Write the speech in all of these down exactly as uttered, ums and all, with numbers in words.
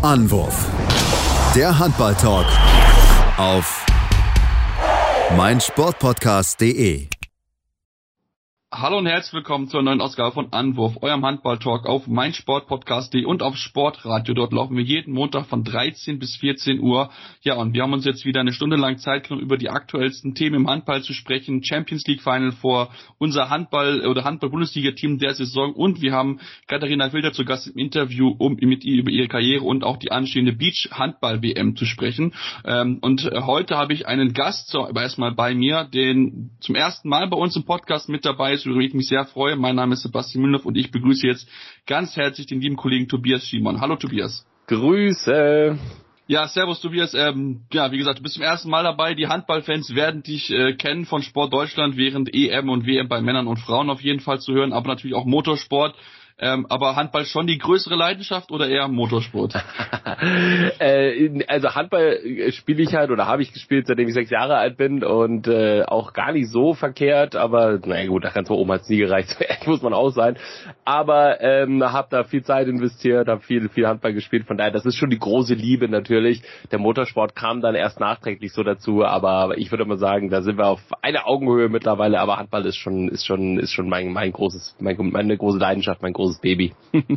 Anwurf. Der Handball-Talk auf meinsportpodcast punkt de. Hallo und herzlich willkommen zur neuen Ausgabe von Anwurf, eurem Handball-Talk auf meinsportpodcast punkt de und auf Sportradio. Dort laufen wir jeden Montag von dreizehn bis vierzehn Uhr. Ja, und wir haben uns jetzt wieder eine Stunde lang Zeit genommen, über die aktuellsten Themen im Handball zu sprechen. Champions League Final vor unser Handball- oder Handball-Bundesliga-Team der Saison. Und wir haben Katharina Wilder zu Gast im Interview, um mit ihr über ihre Karriere und auch die anstehende Beach-Handball-W M zu sprechen. Und heute habe ich einen Gast, aber erstmal bei mir, den zum ersten Mal bei uns im Podcast mit dabei ist, worüber ich mich sehr freue. Mein Name ist Sebastian Mühlenhoff und ich begrüße jetzt ganz herzlich den lieben Kollegen Tobias Schiemann. Hallo Tobias. Grüße. Ja, servus Tobias. Ähm, ja, wie gesagt, du bist zum ersten Mal dabei. Die Handballfans werden dich äh, kennen von Sport Deutschland, während E M und W M bei Männern und Frauen auf jeden Fall zu hören, aber natürlich auch Motorsport. Ähm, aber Handball schon die größere Leidenschaft oder eher Motorsport? äh, also Handball spiele ich halt oder habe ich gespielt, seitdem ich sechs Jahre alt bin und äh, auch gar nicht so verkehrt, aber naja gut, nach ganz oben hat es nie gereicht, so ehrlich muss man auch sein. Aber ähm, habe da viel Zeit investiert, habe viel viel Handball gespielt, von daher, das ist schon die große Liebe natürlich. Der Motorsport kam dann erst nachträglich so dazu, aber ich würde mal sagen, da sind wir auf einer Augenhöhe mittlerweile, aber Handball ist schon ist schon ist schon mein mein großes mein, meine große Leidenschaft, mein großes Baby.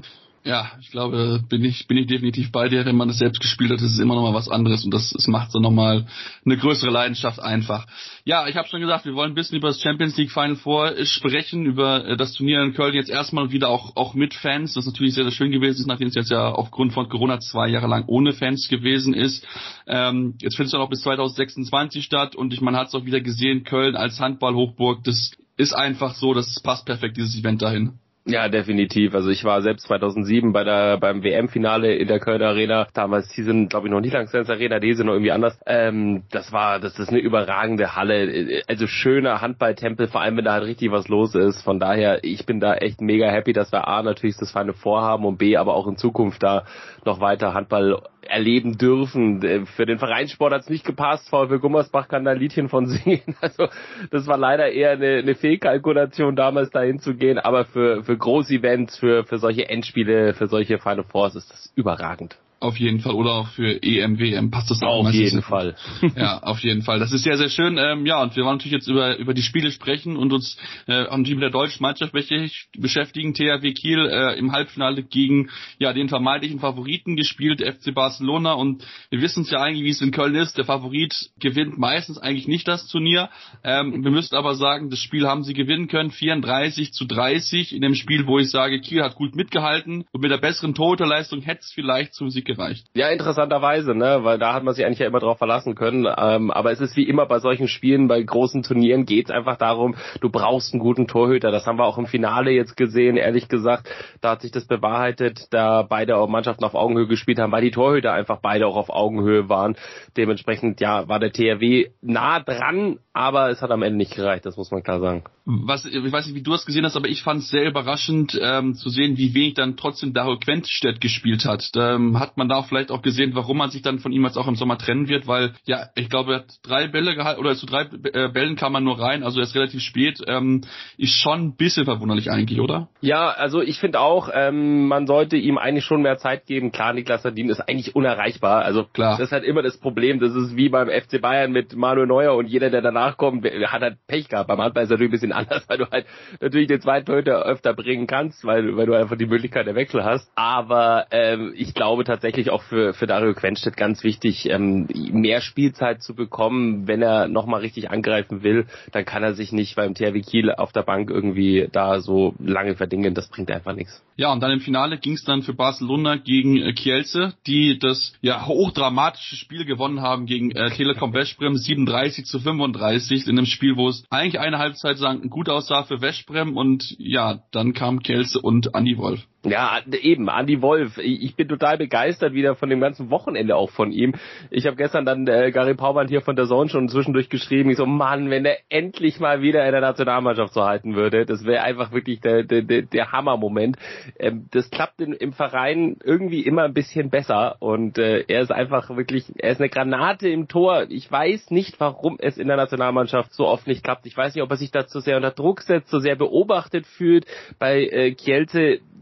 Ja, ich glaube, bin ich bin ich definitiv bei dir. Wenn man das selbst gespielt hat, ist es immer noch mal was anderes und das, das macht so noch mal eine größere Leidenschaft einfach. Ja, ich habe schon gesagt, wir wollen ein bisschen über das Champions League Final Four sprechen, über das Turnier in Köln jetzt erstmal wieder auch auch mit Fans, das natürlich sehr, sehr schön gewesen ist, nachdem es jetzt ja aufgrund von Corona zwei Jahre lang ohne Fans gewesen ist. Ähm, jetzt findet es dann auch bis zwanzig sechsundzwanzig statt und ich, man hat es auch wieder gesehen, Köln als Handball-Hochburg, das ist einfach so, das passt perfekt, dieses Event dahin. Ja, definitiv. Also ich war selbst zweitausendsieben bei der beim W M-Finale in der Kölner Arena. Damals hieß es, glaube ich, noch nicht Lanxess Arena, die sind noch irgendwie anders. Ähm, das war, das ist eine überragende Halle. Also schöner Handballtempel, vor allem wenn da halt richtig was los ist. Von daher, ich bin da echt mega happy, dass wir A, natürlich das Final vorhaben und B, aber auch in Zukunft da noch weiter Handball erleben dürfen. Für den Vereinssport hat's nicht gepasst. VfL Gummersbach kann da ein Liedchen von singen. Also das war leider eher eine, eine Fehlkalkulation, damals dahin zu gehen. Aber für, für Groß-Events, für, für solche Endspiele, für solche Final Fours ist das überragend. Auf jeden Fall. Oder auch für E M, W M passt das auch. Auf jeden Fall. Ja, auf jeden Fall. Das ist sehr, sehr schön. Ähm, ja, und wir wollen natürlich jetzt über über die Spiele sprechen und uns äh, mit der deutschen Mannschaft beschäftigen. T H W Kiel äh, im Halbfinale gegen ja den vermeintlichen Favoriten gespielt, F C Barcelona. Und wir wissen es ja eigentlich, wie es in Köln ist. Der Favorit gewinnt meistens eigentlich nicht das Turnier. Ähm, wir müssen aber sagen, das Spiel haben sie gewinnen können. vierunddreißig zu dreißig in dem Spiel, wo ich sage, Kiel hat gut mitgehalten. Und mit der besseren Torhüterleistung hätte es vielleicht zum Sieg gereicht. Ja, interessanterweise, ne, weil da hat man sich eigentlich ja immer drauf verlassen können, ähm, aber es ist wie immer bei solchen Spielen, bei großen Turnieren geht es einfach darum, du brauchst einen guten Torhüter, das haben wir auch im Finale jetzt gesehen, ehrlich gesagt, da hat sich das bewahrheitet, da beide Mannschaften auf Augenhöhe gespielt haben, weil die Torhüter einfach beide auch auf Augenhöhe waren, dementsprechend, ja, war der T H W nah dran, aber es hat am Ende nicht gereicht, das muss man klar sagen. Was, ich weiß nicht, wie du es gesehen hast, aber ich fand es sehr überraschend ähm, zu sehen, wie wenig dann trotzdem Dario Quentstedt gespielt hat. Da ähm, hat man da auch vielleicht auch gesehen, warum man sich dann von ihm jetzt auch im Sommer trennen wird, weil, ja, ich glaube, er hat drei Bälle gehalten, oder zu drei äh, Bällen kam man nur rein, also er ist relativ spät, ähm, ist schon ein bisschen verwunderlich eigentlich, oder? Ja, also ich finde auch, ähm, man sollte ihm eigentlich schon mehr Zeit geben. Klar, Niklas Sardin ist eigentlich unerreichbar, also klar, das ist halt immer das Problem, das ist wie beim F C Bayern mit Manuel Neuer und jeder, der danach kommt, hat halt Pech gehabt. Beim Handball ist es natürlich ein bisschen anders, weil du halt natürlich den zweiten Torhüter öfter bringen kannst, weil, weil du einfach die Möglichkeit der Wechsel hast, aber ähm, ich glaube tatsächlich auch für, für Dario Quentstedt ganz wichtig, ähm, mehr Spielzeit zu bekommen. Wenn er nochmal richtig angreifen will, dann kann er sich nicht beim T H W Kiel auf der Bank irgendwie da so lange verdingen. Das bringt einfach nichts. Ja, und dann im Finale ging es dann für Barcelona gegen äh, Kielce, die das ja hochdramatische Spiel gewonnen haben gegen äh, Telekom Veszprem siebenunddreißig zu fünfunddreißig in einem Spiel, wo es eigentlich eine Halbzeit sagen gut aussah für Veszprem und ja, dann kam Kielce und Andi Wolf. Ja, eben, Andi Wolf. Ich bin total begeistert wieder von dem ganzen Wochenende auch von ihm. Ich habe gestern dann äh, Gary Pauband hier von der Zone schon zwischendurch geschrieben. Ich so, Mann, wenn er endlich mal wieder in der Nationalmannschaft so halten würde, das wäre einfach wirklich der, der, der Hammermoment. Ähm, das klappt in, im Verein irgendwie immer ein bisschen besser und äh, er ist einfach wirklich, er ist eine Granate im Tor. Ich weiß nicht, warum es in der Nationalmannschaft so oft nicht klappt. Ich weiß nicht, ob er sich da zu sehr unter Druck setzt, so sehr beobachtet fühlt. Bei äh, Kielce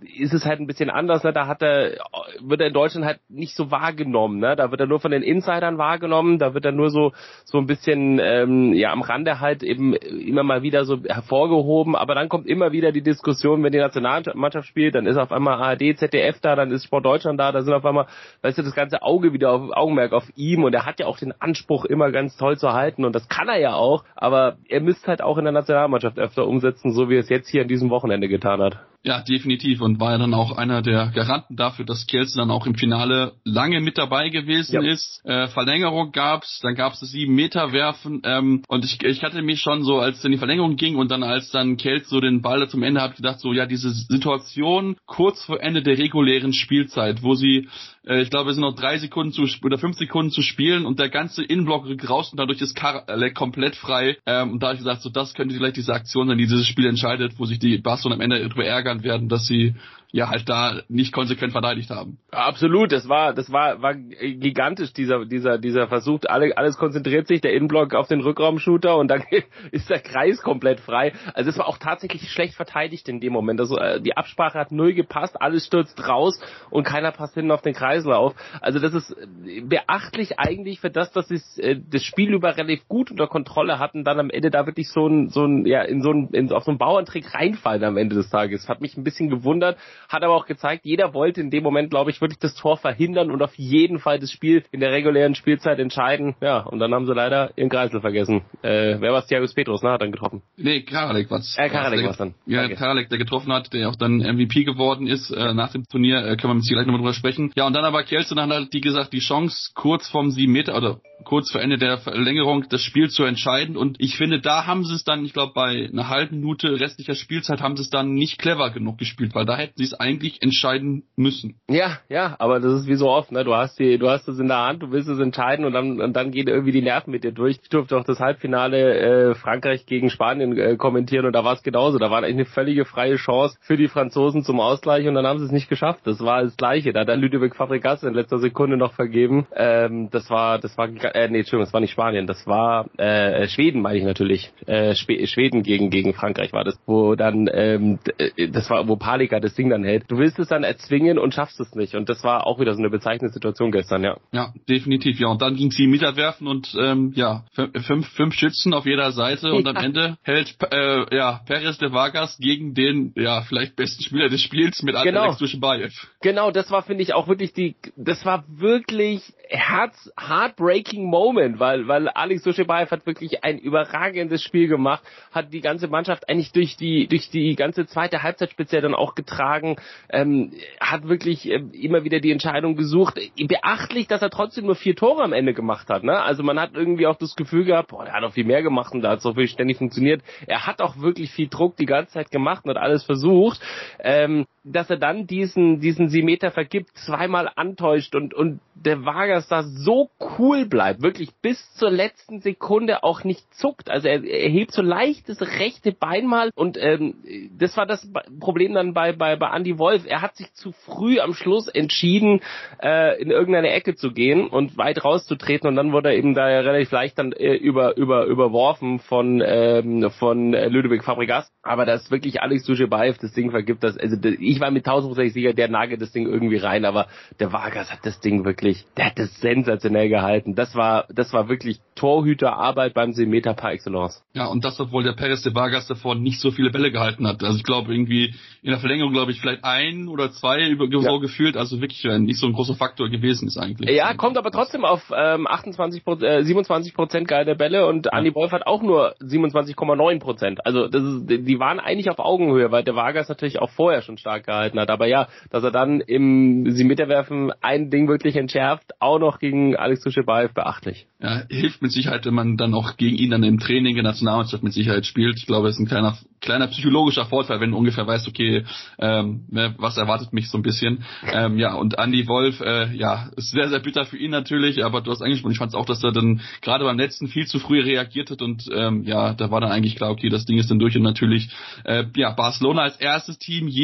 ist es halt ein bisschen anders, ne? Da hat er, wird er in Deutschland halt nicht so wahrgenommen, ne? Da wird er nur von den Insidern wahrgenommen, da wird er nur so so ein bisschen ähm, ja am Rande halt eben immer mal wieder so hervorgehoben, aber dann kommt immer wieder die Diskussion, wenn die Nationalmannschaft spielt, dann ist auf einmal A R D, Z D F da, dann ist Sport Deutschland da, da sind auf einmal, weißt du, das ganze Auge wieder auf Augenmerk auf ihm und er hat ja auch den Anspruch, immer ganz toll zu halten und das kann er ja auch, aber er müsste halt auch in der Nationalmannschaft öfter umsetzen, so wie er es jetzt hier an diesem Wochenende getan hat. Ja, definitiv und war ja dann auch einer der Garanten dafür, dass Kelsen dann auch im Finale lange mit dabei gewesen ja. ist. Äh, Verlängerung gab's, dann gab's das sieben Meter Werfen ähm, und ich, ich hatte mich schon so, als es in die Verlängerung ging und dann als dann Kelsen so den Ball zum Ende hat, gedacht so, ja, diese Situation kurz vor Ende der regulären Spielzeit, wo sie, äh, ich glaube, es sind noch drei Sekunden zu oder fünf Sekunden zu spielen und der ganze Innenblock rückt raus und dadurch ist Karalek komplett frei ähm, und da habe ich gesagt, so das könnte vielleicht diese Aktion sein, die dieses Spiel entscheidet, wo sich die Barcelona am Ende darüber ärgern werden, dass sie ja halt da nicht konsequent verteidigt haben. Absolut, das war das war war gigantisch, dieser dieser dieser Versuch, alle, alles konzentriert sich, der Innenblock auf den Rückraumshooter und dann ist der Kreis komplett frei. Also es war auch tatsächlich schlecht verteidigt in dem Moment. Also die Absprache hat null gepasst, alles stürzt raus und keiner passt hinten auf den Kreislauf. Also das ist beachtlich eigentlich für das, dass sie das Spiel über relativ gut unter Kontrolle hatten, dann am Ende da wirklich so ein so ein ja in so ein in, auf so einen Bauerntrick reinfallen am Ende des Tages. Hat mich ein bisschen gewundert. Hat aber auch gezeigt, jeder wollte in dem Moment, glaube ich, wirklich das Tor verhindern und auf jeden Fall das Spiel in der regulären Spielzeit entscheiden. Ja, und dann haben sie leider ihren Kreisel vergessen. Äh, wer war es? Thiago Petros, ne? Hat dann getroffen. Nee, Karalek war's. Äh, Karalek war's dann. Ja, okay. Karalek, der getroffen hat, der auch dann M V P geworden ist äh, nach dem Turnier. Äh, können wir mit gleich nochmal drüber sprechen. Ja, und dann aber Kelsen hat halt, die gesagt, die Chance kurz vorm sieben Meter oder kurz vor Ende der Verlängerung das Spiel zu entscheiden. Und ich finde, da haben sie es dann, ich glaube, bei einer halben Minute restlicher Spielzeit haben sie es dann nicht clever genug gespielt, weil da hätten sie es eigentlich entscheiden müssen. Ja, ja, aber das ist wie so oft, ne? Du hast die, du hast es in der Hand, du willst es entscheiden und dann und dann gehen irgendwie die Nerven mit dir durch. Ich durfte auch das Halbfinale äh, Frankreich gegen Spanien äh, kommentieren und da war es genauso. Da war eigentlich eine völlige freie Chance für die Franzosen zum Ausgleich und dann haben sie es nicht geschafft. Das war das Gleiche. Da hat der Ludovic Fabregas in letzter Sekunde noch vergeben. Ähm, das war, das war, äh, nee, Entschuldigung, das war nicht Spanien, das war äh, Schweden, meine ich natürlich. Äh, Schweden gegen gegen Frankreich war das, wo dann, ähm, das war, wo Palika das Ding dann hält. Du willst es dann erzwingen und schaffst es nicht. Und das war auch wieder so eine bezeichnende Situation gestern, ja. Ja, definitiv, ja. Und dann ging sie Meterwerfen und ähm, ja, fünf, fünf Schützen auf jeder Seite und ja. Am Ende hält äh, ja Pérez de Vargas gegen den ja vielleicht besten Spieler des Spiels mit genau. Alex Dujshebaev. Genau, das war, finde ich, auch wirklich die, das war wirklich Herz, heartbreaking Moment, weil weil Alex Dujshebaev hat wirklich ein überragendes Spiel gemacht, hat die ganze Mannschaft eigentlich durch die durch die ganze zweite Halbzeit speziell dann auch getragen, ähm, hat wirklich äh, immer wieder die Entscheidung gesucht. Beachtlich, dass er trotzdem nur vier Tore am Ende gemacht hat, ne? Also man hat irgendwie auch das Gefühl gehabt, boah, der hat auch viel mehr gemacht und da hat so viel ständig funktioniert. Er hat auch wirklich viel Druck die ganze Zeit gemacht und hat alles versucht. Ähm, dass er dann diesen diesen sieben Meter vergibt, zweimal antäuscht und und der Vargas da so cool bleibt, wirklich bis zur letzten Sekunde auch nicht zuckt. Also er, er hebt so leicht das rechte Bein mal und ähm, das war das Problem dann bei bei bei Andy Wolf. Er hat sich zu früh am Schluss entschieden, äh, in irgendeine Ecke zu gehen und weit rauszutreten und dann wurde er eben da ja relativ leicht dann äh, über über überworfen von ähm, von äh, Ludovic Fabregas. Aber dass wirklich Alex Dujshebaev das Ding vergibt, das also das, ich war mit tausendprozentig sicher, der nagelt das Ding irgendwie rein, aber der Vargas hat das Ding wirklich, der hat das sensationell gehalten. Das war, das war wirklich Torhüterarbeit beim sieben Meter par excellence. Ja, und das, obwohl der Pérez de Vargas davor nicht so viele Bälle gehalten hat. Also ich glaube irgendwie in der Verlängerung, glaube ich, vielleicht ein oder zwei über so ja. gefühlt, also wirklich nicht so ein großer Faktor gewesen ist eigentlich. Ja, kommt aber trotzdem auf ähm, achtundzwanzig Prozent, äh, siebenundzwanzig Prozent geile Bälle und ja. Andy Wolf hat auch nur siebenundzwanzig Komma neun Prozent. Also das ist, die waren eigentlich auf Augenhöhe, weil der Vargas natürlich auch vorher schon stark gehalten hat. Aber ja, dass er dann im sieben Meter Werfen ein Ding wirklich entschärft, auch noch gegen Alex Dujshebaev, beachtlich. Ja, hilft mit Sicherheit, wenn man dann auch gegen ihn dann im Training in der Nationalmannschaft mit Sicherheit spielt. Ich glaube, es ist ein kleiner kleiner psychologischer Vorteil, wenn du ungefähr weißt, okay, ähm, was erwartet mich so ein bisschen. Ähm, ja, und Andy Wolf, äh, ja, ist sehr, sehr bitter für ihn natürlich, aber du hast angesprochen, ich fand es auch, dass er dann gerade beim letzten viel zu früh reagiert hat und ähm, ja, da war dann eigentlich klar, okay, das Ding ist dann durch und natürlich, äh, ja, Barcelona als erstes Team jemals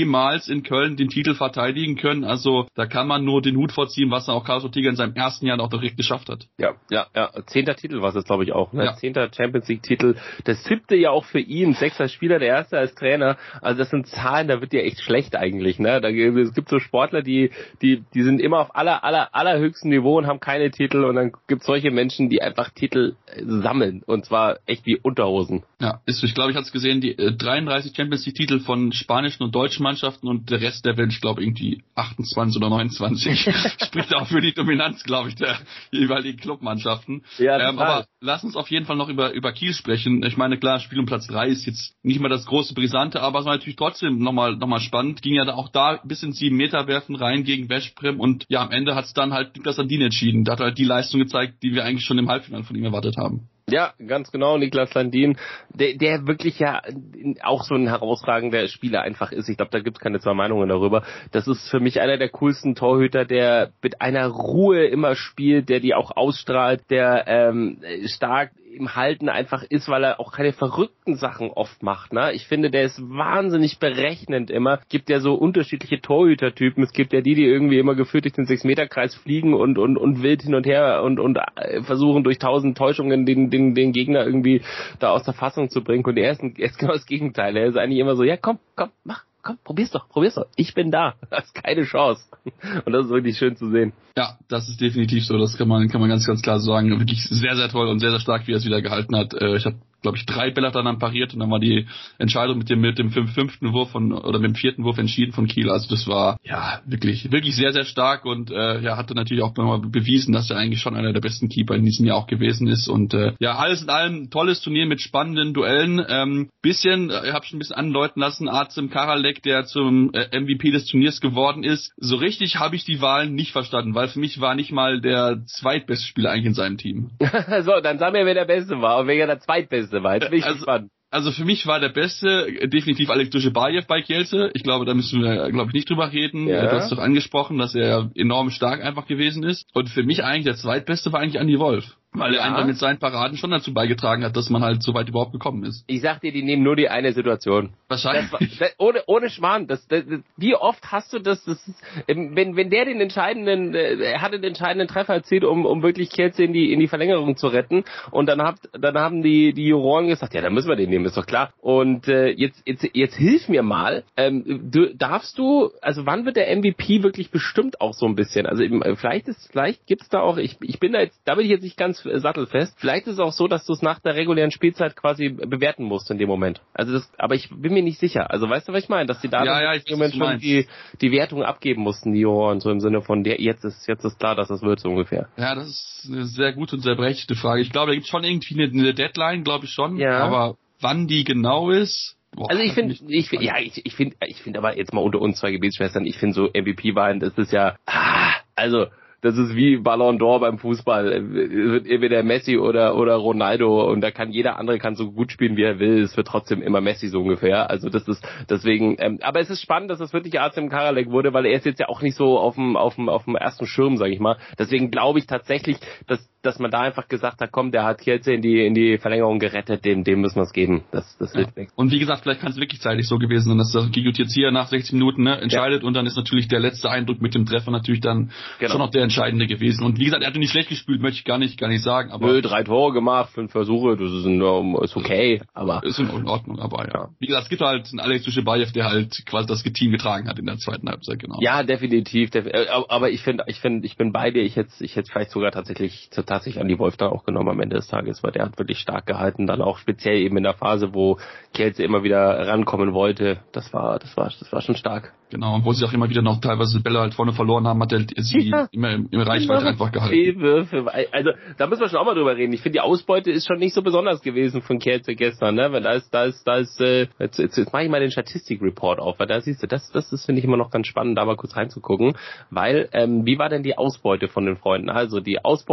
jetzt in Köln den Titel verteidigen können. Also da kann man nur den Hut vorziehen, was auch Carlos Ortega in seinem ersten Jahr noch direkt geschafft hat. Ja, ja, ja. Zehnter Titel war es, glaube ich, auch. Ne? Ja. Zehnter Champions League-Titel. Das siebte ja auch für ihn. Sechster Spieler, der erste als Trainer. Also das sind Zahlen, da wird ja echt schlecht eigentlich. Ne? Da, es gibt so Sportler, die, die, die sind immer auf aller, aller, allerhöchstem Niveau und haben keine Titel. Und dann gibt es solche Menschen, die einfach Titel sammeln. Und zwar echt wie Unterhosen. Ja, ist, ich glaube, ich hatte es gesehen, die äh, dreiunddreißig Champions League-Titel von spanischen und deutschen Mannschaften und der Rest der Welt, ich glaube, irgendwie achtundzwanzig oder neunundzwanzig. Spricht auch für die Dominanz, glaube ich, der jeweiligen Clubmannschaften. Ja, ähm, aber lass uns auf jeden Fall noch über, über Kiel sprechen. Ich meine, klar, Spiel um Platz drei ist jetzt nicht mehr das große Brisante, aber es war natürlich trotzdem nochmal, nochmal spannend. Ging ja da auch da bis ins sieben Meter werfen rein gegen Veszprém und ja, am Ende hat es dann halt Niklas Landin entschieden. Da hat er halt die Leistung gezeigt, die wir eigentlich schon im Halbfinale von ihm erwartet haben. Ja, ganz genau, Niklas Landin, der, der wirklich ja auch so ein herausragender Spieler einfach ist. Ich glaube, da gibt's keine zwei Meinungen darüber. Das ist für mich einer der coolsten Torhüter, der mit einer Ruhe immer spielt, der die auch ausstrahlt, der ähm, stark im Halten einfach ist, weil er auch keine verrückten Sachen oft macht. Ne? Ich finde, der ist wahnsinnig berechnend immer. Gibt ja so unterschiedliche Torhütertypen. Es gibt ja die, die irgendwie immer geführt durch den sechs-Meter-Kreis fliegen und und und wild hin und her und und versuchen durch tausend Täuschungen den den den Gegner irgendwie da aus der Fassung zu bringen. Und er ist, ein, er ist genau das Gegenteil. Er ist eigentlich immer so, ja komm, komm, mach. Komm, probier's doch, probier's doch. Ich bin da. Das ist keine Chance. Und das ist wirklich schön zu sehen. Ja, das ist definitiv so. Das kann man, kann man ganz, ganz klar sagen. Wirklich sehr, sehr toll und sehr, sehr stark, wie er es wieder gehalten hat. Ich habe, glaube ich, drei Bälle dann pariert und dann war die Entscheidung mit dem, mit dem fünften Wurf von, oder mit dem vierten Wurf entschieden von Kiel. Also das war, ja, wirklich, wirklich sehr, sehr stark und, äh, ja, hatte natürlich auch nochmal bewiesen, dass er eigentlich schon einer der besten Keeper in diesem Jahr auch gewesen ist und, äh, ja, alles in allem ein tolles Turnier mit spannenden Duellen. Ähm, bisschen, ich habe schon ein bisschen andeuten lassen, Azem Karalek, der zum äh, M V P des Turniers geworden ist. So richtig habe ich die Wahlen nicht verstanden, weil für mich war nicht mal der zweitbeste Spieler eigentlich in seinem Team. So, dann sag mir, wer der Beste war und wer der zweitbeste war. Jetzt bin ich also, gespannt. Also für mich war der Beste definitiv Alex Dujshebaev bei Kielce. Ich glaube, da müssen wir, glaube ich, nicht drüber reden. Ja. Du hast doch angesprochen, dass er enorm stark einfach gewesen ist. Und für mich eigentlich der Zweitbeste war eigentlich Andy Wolf. Weil er ja. einfach mit seinen Paraden schon dazu beigetragen hat, dass man halt so weit überhaupt gekommen ist. Ich sag dir, die nehmen nur die eine Situation. Wahrscheinlich. Das war, das, ohne, ohne Schmarrn. Das, das, das, wie oft hast du das, das ist, wenn, wenn der den entscheidenden, er hatte den entscheidenden Treffer erzielt, um, um wirklich Kielce in die, in die Verlängerung zu retten. Und dann habt, dann haben die, die Juroren gesagt, ja, dann müssen wir den nehmen, ist doch klar. Und, äh, jetzt, jetzt, jetzt hilf mir mal, ähm, du, darfst du, also wann wird der M V P wirklich bestimmt auch so ein bisschen? Also eben, vielleicht ist, vielleicht gibt's da auch, ich, ich bin da jetzt, da bin ich jetzt nicht ganz sattelfest. Vielleicht ist es auch so, dass du es nach der regulären Spielzeit quasi bewerten musst in dem Moment. Also das, aber ich bin mir nicht sicher. Also weißt du, was ich meine? Dass die da ja, ja, im Moment schon die, die Wertung abgeben mussten, die Juroren, so im Sinne von, der, jetzt ist, jetzt ist klar, dass das wird, so ungefähr. Ja, das ist eine sehr gute und sehr berechtigte Frage. Ich glaube, da gibt es schon irgendwie eine, eine Deadline, glaube ich schon. Ja. Aber wann die genau ist, boah, also ich finde, ich finde, ja, ich, ich finde, ich finde aber jetzt mal unter uns zwei Gebetsschwestern, ich finde so M V P-Wahlen, das ist ja, ah, also, das ist wie Ballon d'Or beim Fußball. Entweder Messi oder oder Ronaldo und da kann jeder andere kann so gut spielen, wie er will. Es wird trotzdem immer Messi so ungefähr. Also das ist deswegen. Ähm, aber es ist spannend, dass es wirklich Azem Karalek wurde, weil er ist jetzt ja auch nicht so auf dem auf dem auf dem ersten Schirm, sage ich mal. Deswegen glaube ich tatsächlich, dass dass man da einfach gesagt hat, komm, der hat Kielce in die in die Verlängerung gerettet, dem dem müssen wir es geben. Das das ja. hilft nichts. Und wie gesagt, vielleicht kann es wirklich zeitig so gewesen sein, dass der Gigot jetzt hier nach sechzig Minuten ne, entscheidet ja. und dann ist natürlich der letzte Eindruck mit dem Treffer natürlich dann genau. schon noch der entscheidende gewesen. Und wie gesagt, er hatte nicht schlecht gespielt, möchte ich gar nicht gar nicht sagen. Aber Nö, drei Tore gemacht, fünf Versuche, das ist, in, ist okay, aber ist in Ordnung, aber ja. Wie gesagt, es gibt halt einen Alex Dujshebaev, der halt quasi das Team getragen hat in der zweiten Halbzeit, genau. Ja, definitiv. Def- aber ich finde, ich finde, ich bin bei dir. Ich hätte, ich hätte vielleicht sogar tatsächlich, tatsächlich Andy Wolf da auch genommen am Ende des Tages, weil der hat wirklich stark gehalten. Dann auch speziell eben in der Phase, wo Kielce immer wieder rankommen wollte. Das war, das war, das war schon stark. Genau, und wo sie auch immer wieder noch teilweise Bälle halt vorne verloren haben, hat er sie ja. immer im, im Reichweite genau. einfach gehalten. Fehlwürfe. Also da müssen wir schon auch mal drüber reden. Ich finde, die Ausbeute ist schon nicht so besonders gewesen von Kielce gestern, ne? Weil da ist, da ist, da ist, äh, jetzt, jetzt, jetzt mache ich mal den Statistikreport auf, weil da siehst du, das, das ist, finde ich, immer noch ganz spannend, da mal kurz reinzugucken. Weil, ähm, wie war denn die Ausbeute von den Freunden? Also die Ausbeute von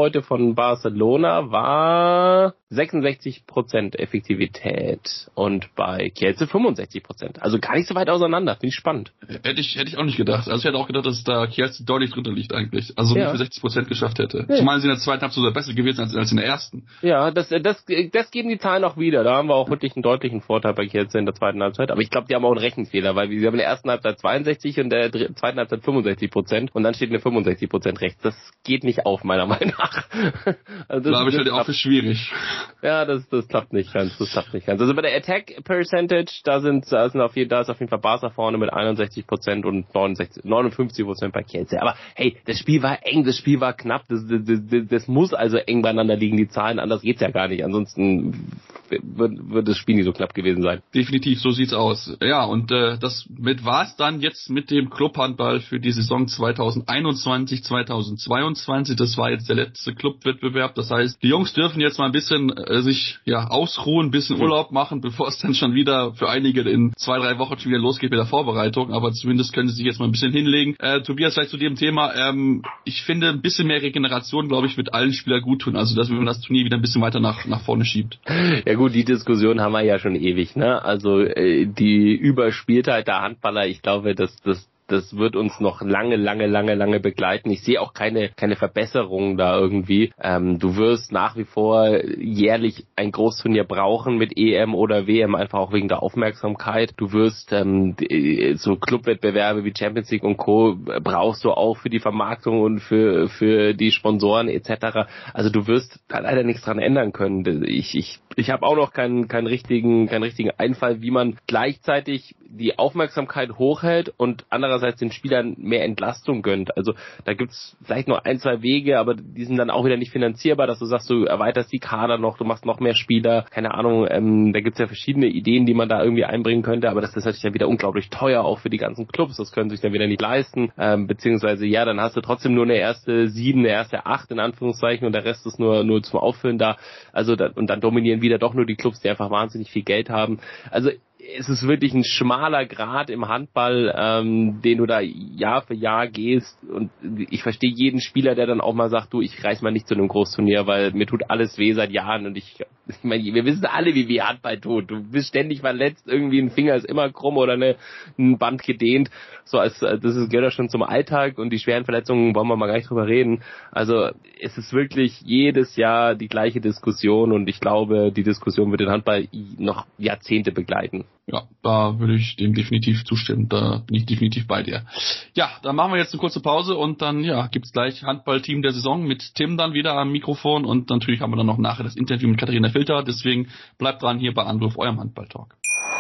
von Barcelona war sechsundsechzig Prozent Effektivität und bei Kielce fünfundsechzig Prozent. Also gar nicht so weit auseinander. Finde ich spannend. Hätte ich, hätte ich auch nicht gedacht. Also ich hätte auch gedacht, dass da Kielce deutlich drunter liegt eigentlich. Also ja. Nur für sechzig Prozent geschafft hätte. Ja. Zumal sie in der zweiten Halbzeit besser gewesen als, als in der ersten. Ja, das, das, das geben die Zahlen auch wieder. Da haben wir auch wirklich einen deutlichen Vorteil bei Kielce in der zweiten Halbzeit. Aber ich glaube, die haben auch einen Rechenfehler, weil wir haben in der ersten Halbzeit zweiundsechzig und in der zweiten Halbzeit fünfundsechzig Prozent und dann steht eine fünfundsechzig Prozent rechts. Das geht nicht auf, meiner Meinung nach. Also glaube ich halt auch für schwierig. Ja, das, das klappt nicht ganz. Das klappt nicht ganz. Also bei der Attack Percentage, da sind, da sind auf jeden, da ist auf jeden Fall Barca vorne mit einundsechzig Prozent und neunundsechzig, neunundfünfzig Prozent bei Kielce. Aber hey, das Spiel war eng, das Spiel war knapp. Das, das, das, das muss also eng beieinander liegen, die Zahlen. Anders geht's ja gar nicht. Ansonsten wird, wird das Spiel nicht so knapp gewesen sein. Definitiv, so sieht's aus. Ja, und äh, das mit war's dann jetzt mit dem Clubhandball für die Saison zweitausendeinundzwanzig, zweitausendzweiundzwanzig. Das war jetzt der letzte Clubwettbewerb. Das heißt, die Jungs dürfen jetzt mal ein bisschen äh, sich ja ausruhen, ein bisschen Urlaub machen, bevor es dann schon wieder für einige in zwei, drei Wochen schon wieder losgeht mit der Vorbereitung. Aber zumindest können sie sich jetzt mal ein bisschen hinlegen. Äh, Tobias, vielleicht zu dem Thema. Ähm, ich finde, ein bisschen mehr Regeneration, glaube ich, wird allen Spielern gut tun. Also, dass man das Turnier wieder ein bisschen weiter nach, nach vorne schiebt. Ja gut, die Diskussion haben wir ja schon ewig, ne? Also äh, die Überspieltheit der Handballer, ich glaube, dass das Das wird uns noch lange, lange, lange, lange begleiten. Ich sehe auch keine keine Verbesserung da irgendwie. Ähm, du wirst nach wie vor jährlich ein Großturnier brauchen mit E M oder W M, einfach auch wegen der Aufmerksamkeit. Du wirst ähm, so Clubwettbewerbe wie Champions League und Co. brauchst du auch für die Vermarktung und für für die Sponsoren et cetera. Also du wirst da leider nichts dran ändern können. Ich ich ich habe auch noch keinen keinen richtigen keinen richtigen Einfall, wie man gleichzeitig die Aufmerksamkeit hochhält und andererseits den Spielern mehr Entlastung gönnt. Also da gibt's vielleicht nur ein, zwei Wege, aber die sind dann auch wieder nicht finanzierbar, dass du sagst, du erweiterst die Kader noch, du machst noch mehr Spieler, keine Ahnung, ähm, da gibt's ja verschiedene Ideen, die man da irgendwie einbringen könnte, aber das ist natürlich dann wieder unglaublich teuer, auch für die ganzen Clubs, das können sich dann wieder nicht leisten, ähm, beziehungsweise ja, dann hast du trotzdem nur eine erste sieben, eine erste acht in Anführungszeichen und der Rest ist nur nur zum Auffüllen da, also da, und dann dominieren wieder doch nur die Clubs, die einfach wahnsinnig viel Geld haben. Also es ist wirklich ein schmaler Grat im Handball, ähm, den du da Jahr für Jahr gehst, und ich verstehe jeden Spieler, der dann auch mal sagt, du, ich reise mal nicht zu einem Großturnier, weil mir tut alles weh seit Jahren und ich, ich meine, wir wissen alle, wie weh Handball tut. Du bist ständig verletzt, irgendwie ein Finger ist immer krumm oder eine, ein Band gedehnt, so als das ist, gehört ja schon zum Alltag, und die schweren Verletzungen wollen wir mal gar nicht drüber reden. Also es ist wirklich jedes Jahr die gleiche Diskussion, und ich glaube, die Diskussion wird den Handball noch Jahrzehnte begleiten. Ja, da würde ich dem definitiv zustimmen. Da bin ich definitiv bei dir. Ja, dann machen wir jetzt eine kurze Pause und dann ja gibt's gleich Handballteam der Saison mit Tim dann wieder am Mikrofon, und natürlich haben wir dann noch nachher das Interview mit Katharina Filter. Deswegen bleibt dran hier bei Anruf, eurem Handball-Talk.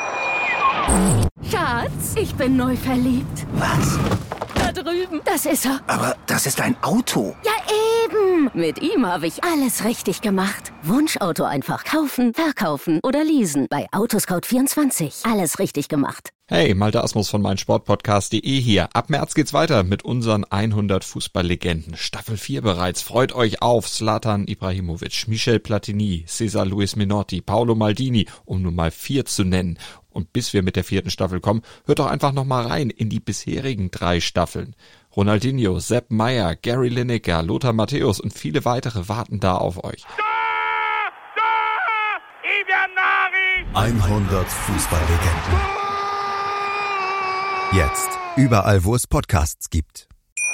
Schatz, ich bin neu verliebt. Was? Da drüben. Das ist er. Aber das ist ein Auto. Ja, eben. Mit ihm habe ich alles richtig gemacht. Wunschauto einfach kaufen, verkaufen oder leasen. Bei Autoscout vierundzwanzig. Alles richtig gemacht. Hey, Malte Asmus von meinsportpodcast punkt de hier. Ab März geht's weiter mit unseren hundert Fußballlegenden. Staffel vier bereits. Freut euch auf Zlatan Ibrahimovic, Michel Platini, Cesar Luis Menotti, Paolo Maldini, um nur mal vier zu nennen. Und bis wir mit der vierten Staffel kommen, hört doch einfach noch mal rein in die bisherigen drei Staffeln. Ronaldinho, Sepp Maier, Gary Lineker, Lothar Matthäus und viele weitere warten da auf euch. hundert Fußballlegenden. Jetzt überall, wo es Podcasts gibt.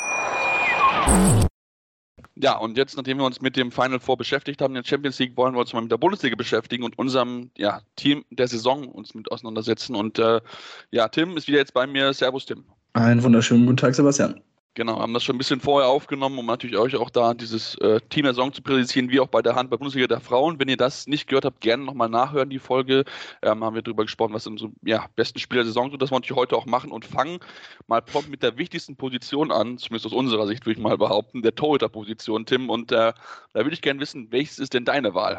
Ja, und jetzt, nachdem wir uns mit dem Final Four beschäftigt haben, in der Champions League, wollen wir uns mal mit der Bundesliga beschäftigen und unserem ja, Team der Saison uns mit auseinandersetzen. Und äh, ja, Tim ist wieder jetzt bei mir. Servus, Tim. Einen wunderschönen guten Tag, Sebastian. Genau, haben das schon ein bisschen vorher aufgenommen, um natürlich euch auch da dieses äh, Team der Saison zu präsentieren, wie auch bei der Handball-Bundesliga der Frauen. Wenn ihr das nicht gehört habt, gerne nochmal nachhören, die Folge. Ähm, haben wir darüber gesprochen, was unsere ja, besten Spieler der Saison sind. Das wollen wir heute auch machen und fangen mal prompt mit der wichtigsten Position an, zumindest aus unserer Sicht würde ich mal behaupten, der Torhüter-Position, Tim. Und äh, da würde ich gerne wissen, welches ist denn deine Wahl?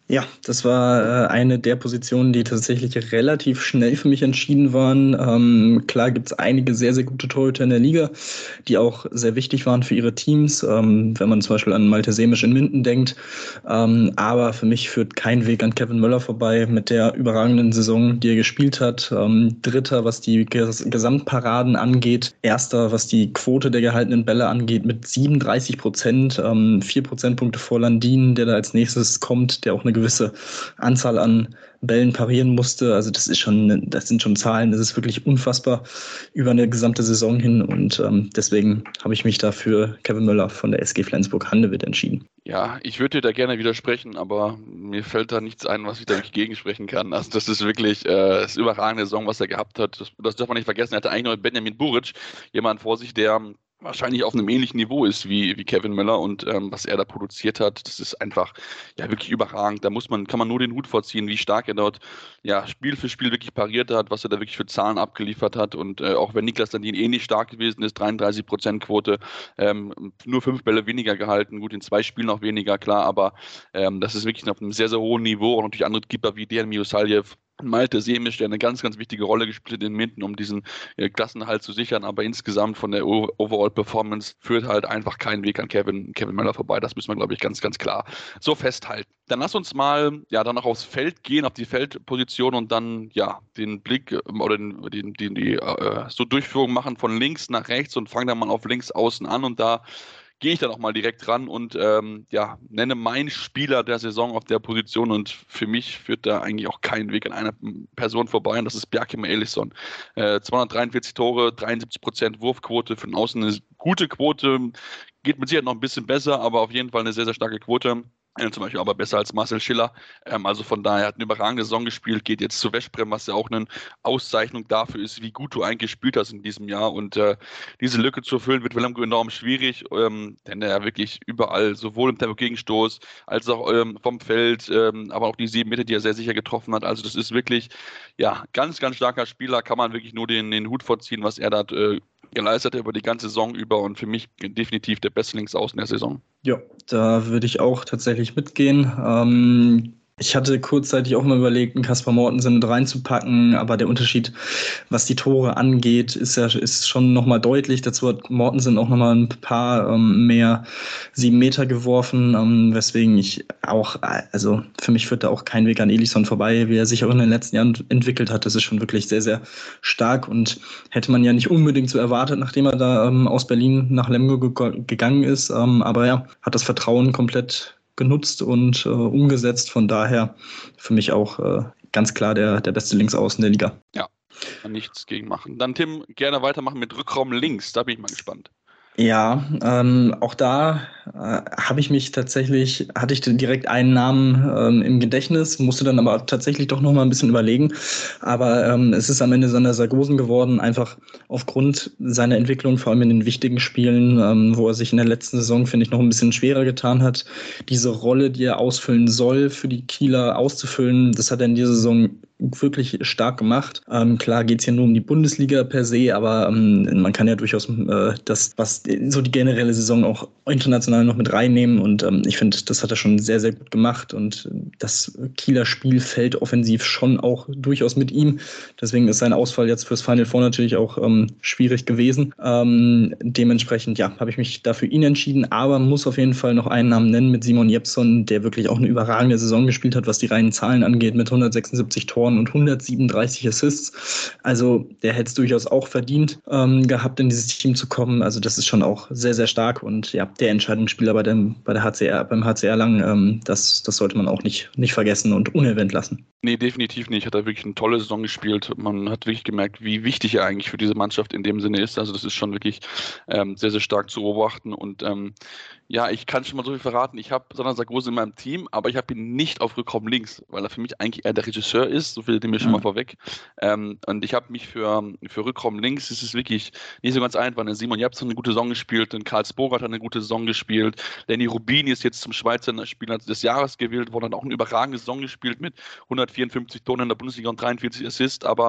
Ja, das war äh, eine der Positionen, die tatsächlich relativ schnell für mich entschieden waren. Ähm, klar gibt's einige sehr, sehr gute Torhüter in der Liga, die auch sehr wichtig waren für ihre Teams, ähm, wenn man zum Beispiel an Malte Semisch in Minden denkt. Ähm, aber für mich führt kein Weg an Kevin Möller vorbei mit der überragenden Saison, die er gespielt hat. Ähm, Dritter, was die Ges- Gesamtparaden angeht. Erster, was die Quote der gehaltenen Bälle angeht, mit siebenunddreißig Prozent. Ähm, vier Prozentpunkte vor Landin, der da als nächstes kommt, der auch eine gewisse Anzahl an Bällen parieren musste. Also das ist schon, das sind schon Zahlen, das ist wirklich unfassbar über eine gesamte Saison hin und ähm, deswegen habe ich mich da für Kevin Möller von der S G Flensburg-Handewitt entschieden. Ja, ich würde dir da gerne widersprechen, aber mir fällt da nichts ein, was ich da wirklich gegensprechen kann. Also das ist wirklich äh, das überragende Saison, was er gehabt hat. Das, das darf man nicht vergessen. Er hatte eigentlich noch mit Benjamin Buric jemand vor sich, der wahrscheinlich auf einem ähnlichen Niveau ist wie, wie Kevin Möller und ähm, was er da produziert hat, das ist einfach ja wirklich überragend. Da muss man, kann man nur den Hut vorziehen, wie stark er dort ja Spiel für Spiel wirklich pariert hat, was er da wirklich für Zahlen abgeliefert hat und äh, auch wenn Niklas Landin ähnlich stark gewesen ist, dreiunddreißig Prozent Quote, ähm, nur fünf Bälle weniger gehalten, gut in zwei Spielen noch weniger, klar, aber ähm, das ist wirklich auf einem sehr, sehr hohen Niveau und natürlich andere Keeper wie Dejan Milosaljev, Malte Semisch, der eine ganz, ganz wichtige Rolle gespielt hat in Minden, um diesen äh, Klassenhalt zu sichern, aber insgesamt von der o- Overall-Performance führt halt einfach kein Weg an Kevin, Kevin Möller vorbei. Das müssen wir, glaube ich, ganz, ganz klar so festhalten. Dann lass uns mal ja dann noch aufs Feld gehen, auf die Feldposition und dann ja den Blick äh, oder den, den, den, die äh, so Durchführung machen von links nach rechts und fangen dann mal auf links außen an und da gehe ich dann auch mal direkt ran und ähm, ja, nenne meinen Spieler der Saison auf der Position und für mich führt da eigentlich auch kein Weg an einer Person vorbei und das ist Bjarke Elisson. Äh, zweihundertdreiundvierzig Tore, dreiundsiebzig Prozent Wurfquote, für den Außen eine gute Quote, geht mit Sicherheit noch ein bisschen besser, aber auf jeden Fall eine sehr, sehr starke Quote. Zum Beispiel aber besser als Marcel Schiller. Ähm, also von daher hat eine überragende Saison gespielt, geht jetzt zu Veszprem, was ja auch eine Auszeichnung dafür ist, wie gut du eigentlich gespielt hast in diesem Jahr. Und äh, diese Lücke zu füllen wird Wilhelm enorm schwierig, ähm, denn er wirklich überall, sowohl im Tempo-Gegenstoß als auch ähm, vom Feld, ähm, aber auch die sieben Meter, die er sehr sicher getroffen hat. Also das ist wirklich, ja, ganz, ganz starker Spieler, kann man wirklich nur den, den Hut vorziehen, was er da äh, geleistet hat über die ganze Saison über und für mich definitiv der beste Linksaußen der Saison. Ja, da würde ich auch tatsächlich mitgehen. Ähm, ich hatte kurzzeitig auch mal überlegt, einen Kasper Mortensen mit reinzupacken, aber der Unterschied, was die Tore angeht, ist ja ist schon nochmal deutlich. Dazu hat Mortensen auch nochmal ein paar ähm, mehr sieben Meter geworfen, ähm, weswegen ich auch, also für mich führt da auch kein Weg an Elisson vorbei, wie er sich auch in den letzten Jahren entwickelt hat. Das ist schon wirklich sehr, sehr stark und hätte man ja nicht unbedingt so erwartet, nachdem er da ähm, aus Berlin nach Lemgo ge- gegangen ist. Ähm, aber ja, hat das Vertrauen komplett genutzt und äh, umgesetzt. Von daher für mich auch äh, ganz klar der, der beste Linksaußen der Liga. Ja, kann nichts gegen machen. Dann Tim, gerne weitermachen mit Rückraum links. Da bin ich mal gespannt. Ja, ähm, auch da äh, habe ich mich tatsächlich, hatte ich direkt einen Namen ähm, im Gedächtnis, musste dann aber tatsächlich doch noch mal ein bisschen überlegen. Aber ähm, es ist am Ende Sander Sargosen geworden, einfach aufgrund seiner Entwicklung, vor allem in den wichtigen Spielen, ähm, wo er sich in der letzten Saison, finde ich, noch ein bisschen schwerer getan hat, diese Rolle, die er ausfüllen soll, für die Kieler auszufüllen. Das hat er in dieser Saison wirklich stark gemacht. Ähm, klar geht es hier nur um die Bundesliga per se, aber ähm, man kann ja durchaus äh, das, was so die generelle Saison auch international noch mit reinnehmen und ähm, ich finde, das hat er schon sehr, sehr gut gemacht und das Kieler Spiel fällt offensiv schon auch durchaus mit ihm. Deswegen ist sein Ausfall jetzt fürs Final Four natürlich auch ähm, schwierig gewesen. Ähm, dementsprechend, ja, habe ich mich da für ihn entschieden, aber muss auf jeden Fall noch einen Namen nennen mit Simon Jeppsson, der wirklich auch eine überragende Saison gespielt hat, was die reinen Zahlen angeht, mit hundertsechsundsiebzig Toren und hundertsiebenunddreißig Assists. Also der hätte es durchaus auch verdient ähm, gehabt, in dieses Team zu kommen. Also das ist schon auch sehr, sehr stark und ja, der Entscheidungsspieler bei dem bei der H C R, beim H C R Lang, ähm, das, das sollte man auch nicht, nicht vergessen und unerwähnt lassen. Nee, definitiv nicht. Hat er wirklich eine tolle Saison gespielt. Man hat wirklich gemerkt, wie wichtig er eigentlich für diese Mannschaft in dem Sinne ist. Also das ist schon wirklich ähm, sehr, sehr stark zu beobachten und ähm, ja, ich kann schon mal so viel verraten. Ich habe Sander Sargosen in meinem Team, aber ich habe ihn nicht auf Rückraum links, weil er für mich eigentlich eher der Regisseur ist. So viel nehme ich schon mal vorweg. Ähm, und ich habe mich für, für Rückraum links, es ist wirklich nicht so ganz einfach. Simon Jeppsson hat eine gute Saison gespielt, Karl Spogart hat eine gute Saison gespielt, Lenny Rubin ist jetzt zum Schweizer Spieler des Jahres gewählt worden, hat auch eine überragende Saison gespielt mit hundertvierundfünfzig Toren in der Bundesliga und dreiundvierzig Assists, aber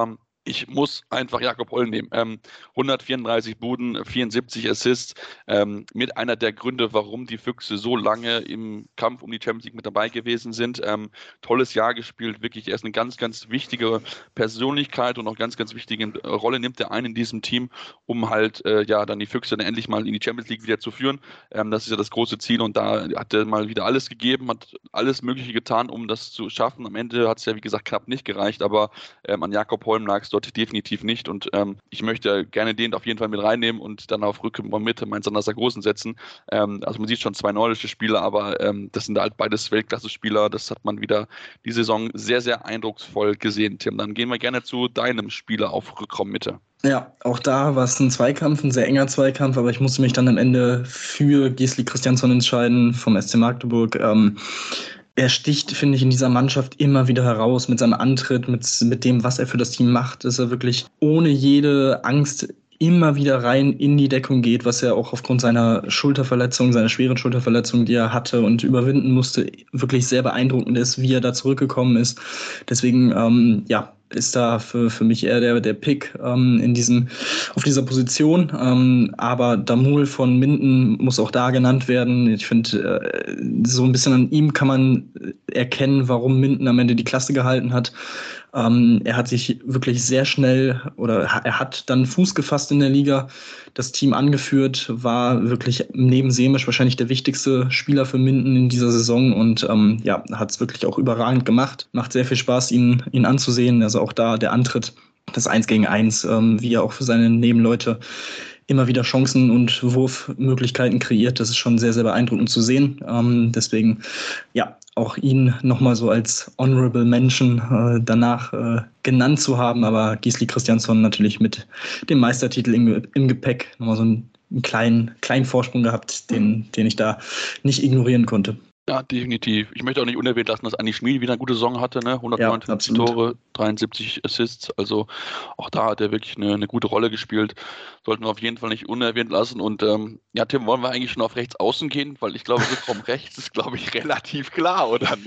Ich muss einfach Jakob Holm nehmen. Ähm, hundertvierunddreißig Buden, vierundsiebzig Assists. Ähm, mit einer der Gründe, warum die Füchse so lange im Kampf um die Champions League mit dabei gewesen sind. Ähm, tolles Jahr gespielt, wirklich. Er ist eine ganz, ganz wichtige Persönlichkeit und auch ganz, ganz wichtige Rolle nimmt er ein in diesem Team, um halt äh, ja dann die Füchse dann endlich mal in die Champions League wieder zu führen. Ähm, das ist ja das große Ziel und da hat er mal wieder alles gegeben, hat alles Mögliche getan, um das zu schaffen. Am Ende hat es ja, wie gesagt, knapp nicht gereicht, aber ähm, an Jakob Holm lag es dort definitiv nicht und ähm, ich möchte gerne den auf jeden Fall mit reinnehmen und dann auf Rücke und Mitte meinen Sander Sargosen setzen. Ähm, also man sieht schon zwei nordische Spieler, aber ähm, das sind halt beides Weltklasse-Spieler. Das hat man wieder die Saison sehr, sehr eindrucksvoll gesehen, Tim. Dann gehen wir gerne zu deinem Spieler auf Rückraum Mitte. Ja, auch da war es ein Zweikampf, ein sehr enger Zweikampf, aber ich musste mich dann am Ende für Gisli Christiansson entscheiden vom S C Magdeburg. Ähm, Er sticht, finde ich, in dieser Mannschaft immer wieder heraus mit seinem Antritt, mit, mit dem, was er für das Team macht, dass er wirklich ohne jede Angst immer wieder rein in die Deckung geht, was er auch aufgrund seiner Schulterverletzung, seiner schweren Schulterverletzung, die er hatte und überwinden musste, wirklich sehr beeindruckend ist, wie er da zurückgekommen ist. Deswegen, ähm, ja, ist da für, für mich eher der, der Pick ähm, in diesem, auf dieser Position. Ähm, aber Damul von Minden muss auch da genannt werden. Ich finde, äh, so ein bisschen an ihm kann man erkennen, warum Minden am Ende die Klasse gehalten hat. Ähm, er hat sich wirklich sehr schnell oder er hat dann Fuß gefasst in der Liga, das Team angeführt, war wirklich neben Semisch wahrscheinlich der wichtigste Spieler für Minden in dieser Saison und ähm, ja, hat es wirklich auch überragend gemacht. Macht sehr viel Spaß, ihn, ihn anzusehen. Also auch da der Antritt, das Eins gegen Eins, ähm, wie er auch für seine Nebenleute immer wieder Chancen und Wurfmöglichkeiten kreiert. Das ist schon sehr, sehr beeindruckend zu sehen. Ähm, deswegen, ja, auch ihn nochmal so als Honorable Mention äh, danach äh, genannt zu haben. Aber Gisli Christiansson natürlich mit dem Meistertitel im, im Gepäck nochmal so einen, einen kleinen, kleinen Vorsprung gehabt, den, den ich da nicht ignorieren konnte. Ja, definitiv. Ich möchte auch nicht unerwähnt lassen, dass Andi Schmid wieder eine gute Saison hatte, ne? hundertneunundfünfzig ja, Tore, dreiundsiebzig Assists, also auch da hat er wirklich eine, eine gute Rolle gespielt. Sollten wir auf jeden Fall nicht unerwähnt lassen. Und ähm, ja, Tim, wollen wir eigentlich schon auf rechts außen gehen? Weil ich glaube, Rückraum rechts ist, glaube ich, relativ klar, oder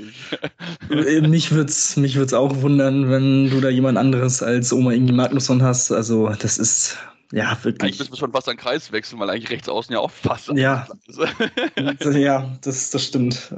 nicht? mich wird's, mich wird's auch wundern, wenn du da jemand anderes als Oma Ingi Magnusson hast. Also das ist... Ja, wirklich. Eigentlich müssen wir schon fast an Kreis wechseln, weil eigentlich rechts außen ja auch fast ja. ist. Ja, das, das stimmt.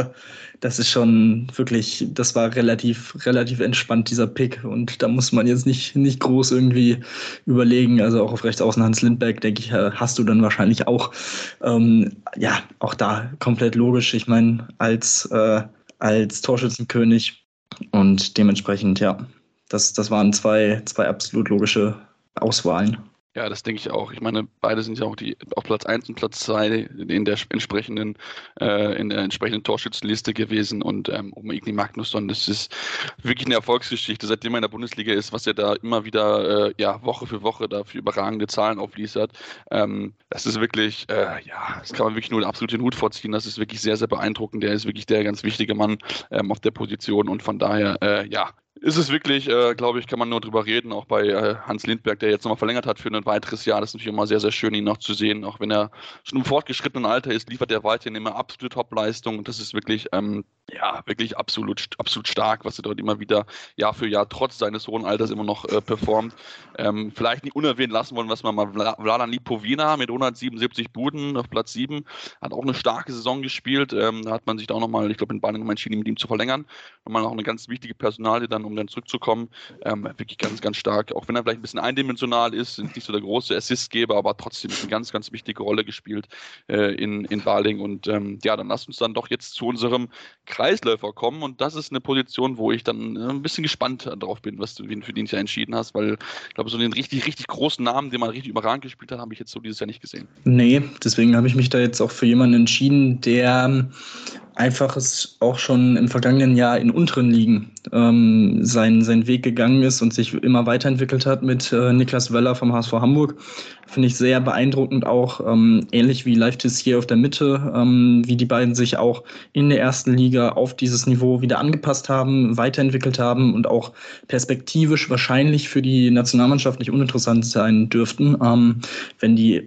Das ist schon wirklich, das war relativ, relativ entspannt, dieser Pick. Und da muss man jetzt nicht, nicht groß irgendwie überlegen. Also auch auf rechts außen Hans Lindberg, denke ich, hast du dann wahrscheinlich auch. Ähm, ja, auch da komplett logisch. Ich meine, als, äh, als Torschützenkönig und dementsprechend, ja, das, das waren zwei, zwei absolut logische Auswahlen. Ja, das denke ich auch. Ich meine, beide sind ja auch die auf Platz eins und Platz zwei in der entsprechenden äh, in der entsprechenden Torschützenliste gewesen und ähm, Oma Igni Magnusson, das ist wirklich eine Erfolgsgeschichte, seitdem er in der Bundesliga ist, was er da immer wieder äh, ja Woche für Woche da für überragende Zahlen aufliefert. Ähm, das ist wirklich, äh, ja, das kann man wirklich nur absolut den Hut vorziehen. Das ist wirklich sehr, sehr beeindruckend. Der ist wirklich der ganz wichtige Mann ähm, auf der Position und von daher, äh, ja, ist es wirklich, äh, glaube ich, kann man nur drüber reden, auch bei äh, Hans Lindberg, der jetzt nochmal verlängert hat für ein weiteres Jahr. Das ist natürlich immer sehr, sehr schön, ihn noch zu sehen. Auch wenn er schon im fortgeschrittenen Alter ist, liefert er weiterhin immer absolute Top-Leistung. Und das ist wirklich, ähm, ja, wirklich absolut, absolut stark, was er dort immer wieder Jahr für Jahr trotz seines hohen Alters immer noch äh, performt. Ähm, vielleicht nicht unerwähnt lassen wollen, was man mal Vladan Lipovina mit hundertsiebenundsiebzig Buden auf Platz sieben hat auch eine starke Saison gespielt. Ähm, da hat man sich da auch nochmal, ich glaube, in Bayern nochmal entschieden, mit ihm zu verlängern. Nochmal noch eine ganz wichtige Personalie dann, um dann zurückzukommen. Ähm, wirklich ganz, ganz stark. Auch wenn er vielleicht ein bisschen eindimensional ist, sind nicht so der große Assistgeber, aber trotzdem eine ganz, ganz wichtige Rolle gespielt äh, in, in Baling. Und ähm, ja, dann lasst uns dann doch jetzt zu unserem Kreisläufer kommen. Und das ist eine Position, wo ich dann äh, ein bisschen gespannt drauf bin, was du für den ja entschieden hast, weil ich glaube, so den richtig, richtig großen Namen, den man richtig überragend gespielt hat, habe ich jetzt so dieses Jahr nicht gesehen. Nee, deswegen habe ich mich da jetzt auch für jemanden entschieden, der einfach es auch schon im vergangenen Jahr in unteren Ligen ähm, sein, seinen Weg gegangen ist und sich immer weiterentwickelt hat mit äh, Niklas Weller vom H S V Hamburg. Finde ich sehr beeindruckend auch, ähm, ähnlich wie Live Tissier auf der Mitte, ähm, wie die beiden sich auch in der ersten Liga auf dieses Niveau wieder angepasst haben, weiterentwickelt haben und auch perspektivisch wahrscheinlich für die Nationalmannschaft nicht uninteressant sein dürften, ähm, wenn die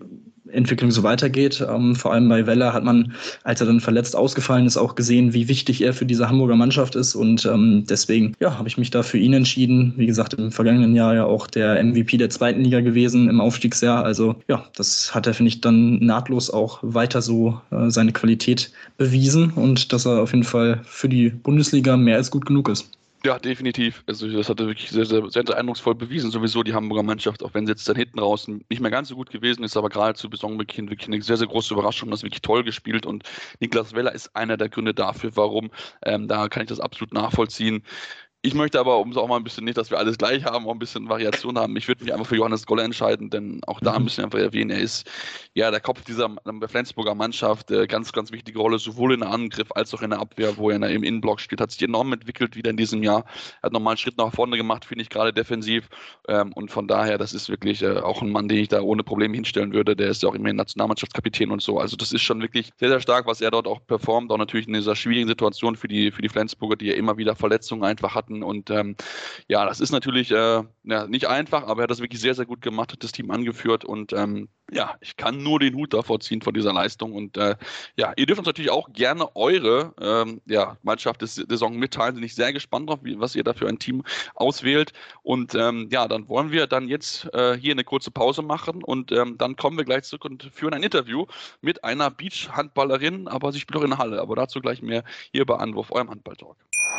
Entwicklung so weitergeht. Ähm, vor allem bei Weller hat man, als er dann verletzt ausgefallen ist, auch gesehen, wie wichtig er für diese Hamburger Mannschaft ist. Und ähm, deswegen ja, habe ich mich da für ihn entschieden. Wie gesagt, im vergangenen Jahr ja auch der M V P der zweiten Liga gewesen im Aufstiegsjahr. Also ja, das hat er, finde ich, dann nahtlos auch weiter so äh, seine Qualität bewiesen und dass er auf jeden Fall für die Bundesliga mehr als gut genug ist. Ja, definitiv. Also das hat er wirklich sehr, sehr, sehr eindrucksvoll bewiesen, sowieso die Hamburger Mannschaft, auch wenn sie jetzt dann hinten raus nicht mehr ganz so gut gewesen ist, aber gerade zu Saisonbeginn wirklich eine sehr, sehr große Überraschung, das wirklich toll gespielt und Niklas Weller ist einer der Gründe dafür, warum. Ähm, da kann ich das absolut nachvollziehen. Ich möchte aber, um es auch mal ein bisschen nicht, dass wir alles gleich haben, auch ein bisschen Variation haben. Ich würde mich einfach für Johannes Goller entscheiden, denn auch da müssen wir einfach erwähnen, er ist ja der Kopf dieser der Flensburger Mannschaft, äh, ganz, ganz wichtige Rolle, sowohl in der Angriff als auch in der Abwehr, wo er im Innenblock spielt, hat sich enorm entwickelt wieder in diesem Jahr, hat nochmal einen Schritt nach vorne gemacht, finde ich, gerade defensiv ähm, und von daher, das ist wirklich äh, auch ein Mann, den ich da ohne Probleme hinstellen würde, der ist ja auch immerhin Nationalmannschaftskapitän und so, also das ist schon wirklich sehr, sehr stark, was er dort auch performt, auch natürlich in dieser schwierigen Situation für die, für die Flensburger, die ja immer wieder Verletzungen einfach hatten und ähm, ja, das ist natürlich äh, ja, nicht einfach, aber er hat das wirklich sehr, sehr gut gemacht, hat das Team angeführt und ähm, ja, ich kann nur den Hut davor ziehen von dieser Leistung und äh, ja, ihr dürft uns natürlich auch gerne eure ähm, ja, Mannschaft des Saison mitteilen, bin ich sehr gespannt drauf, wie, was ihr da für ein Team auswählt und ähm, ja, dann wollen wir dann jetzt äh, hier eine kurze Pause machen und ähm, dann kommen wir gleich zurück und führen ein Interview mit einer Beach-Handballerin, aber sie spielt auch in der Halle, aber dazu gleich mehr hier bei Anwurf, eurem Handball-Talk.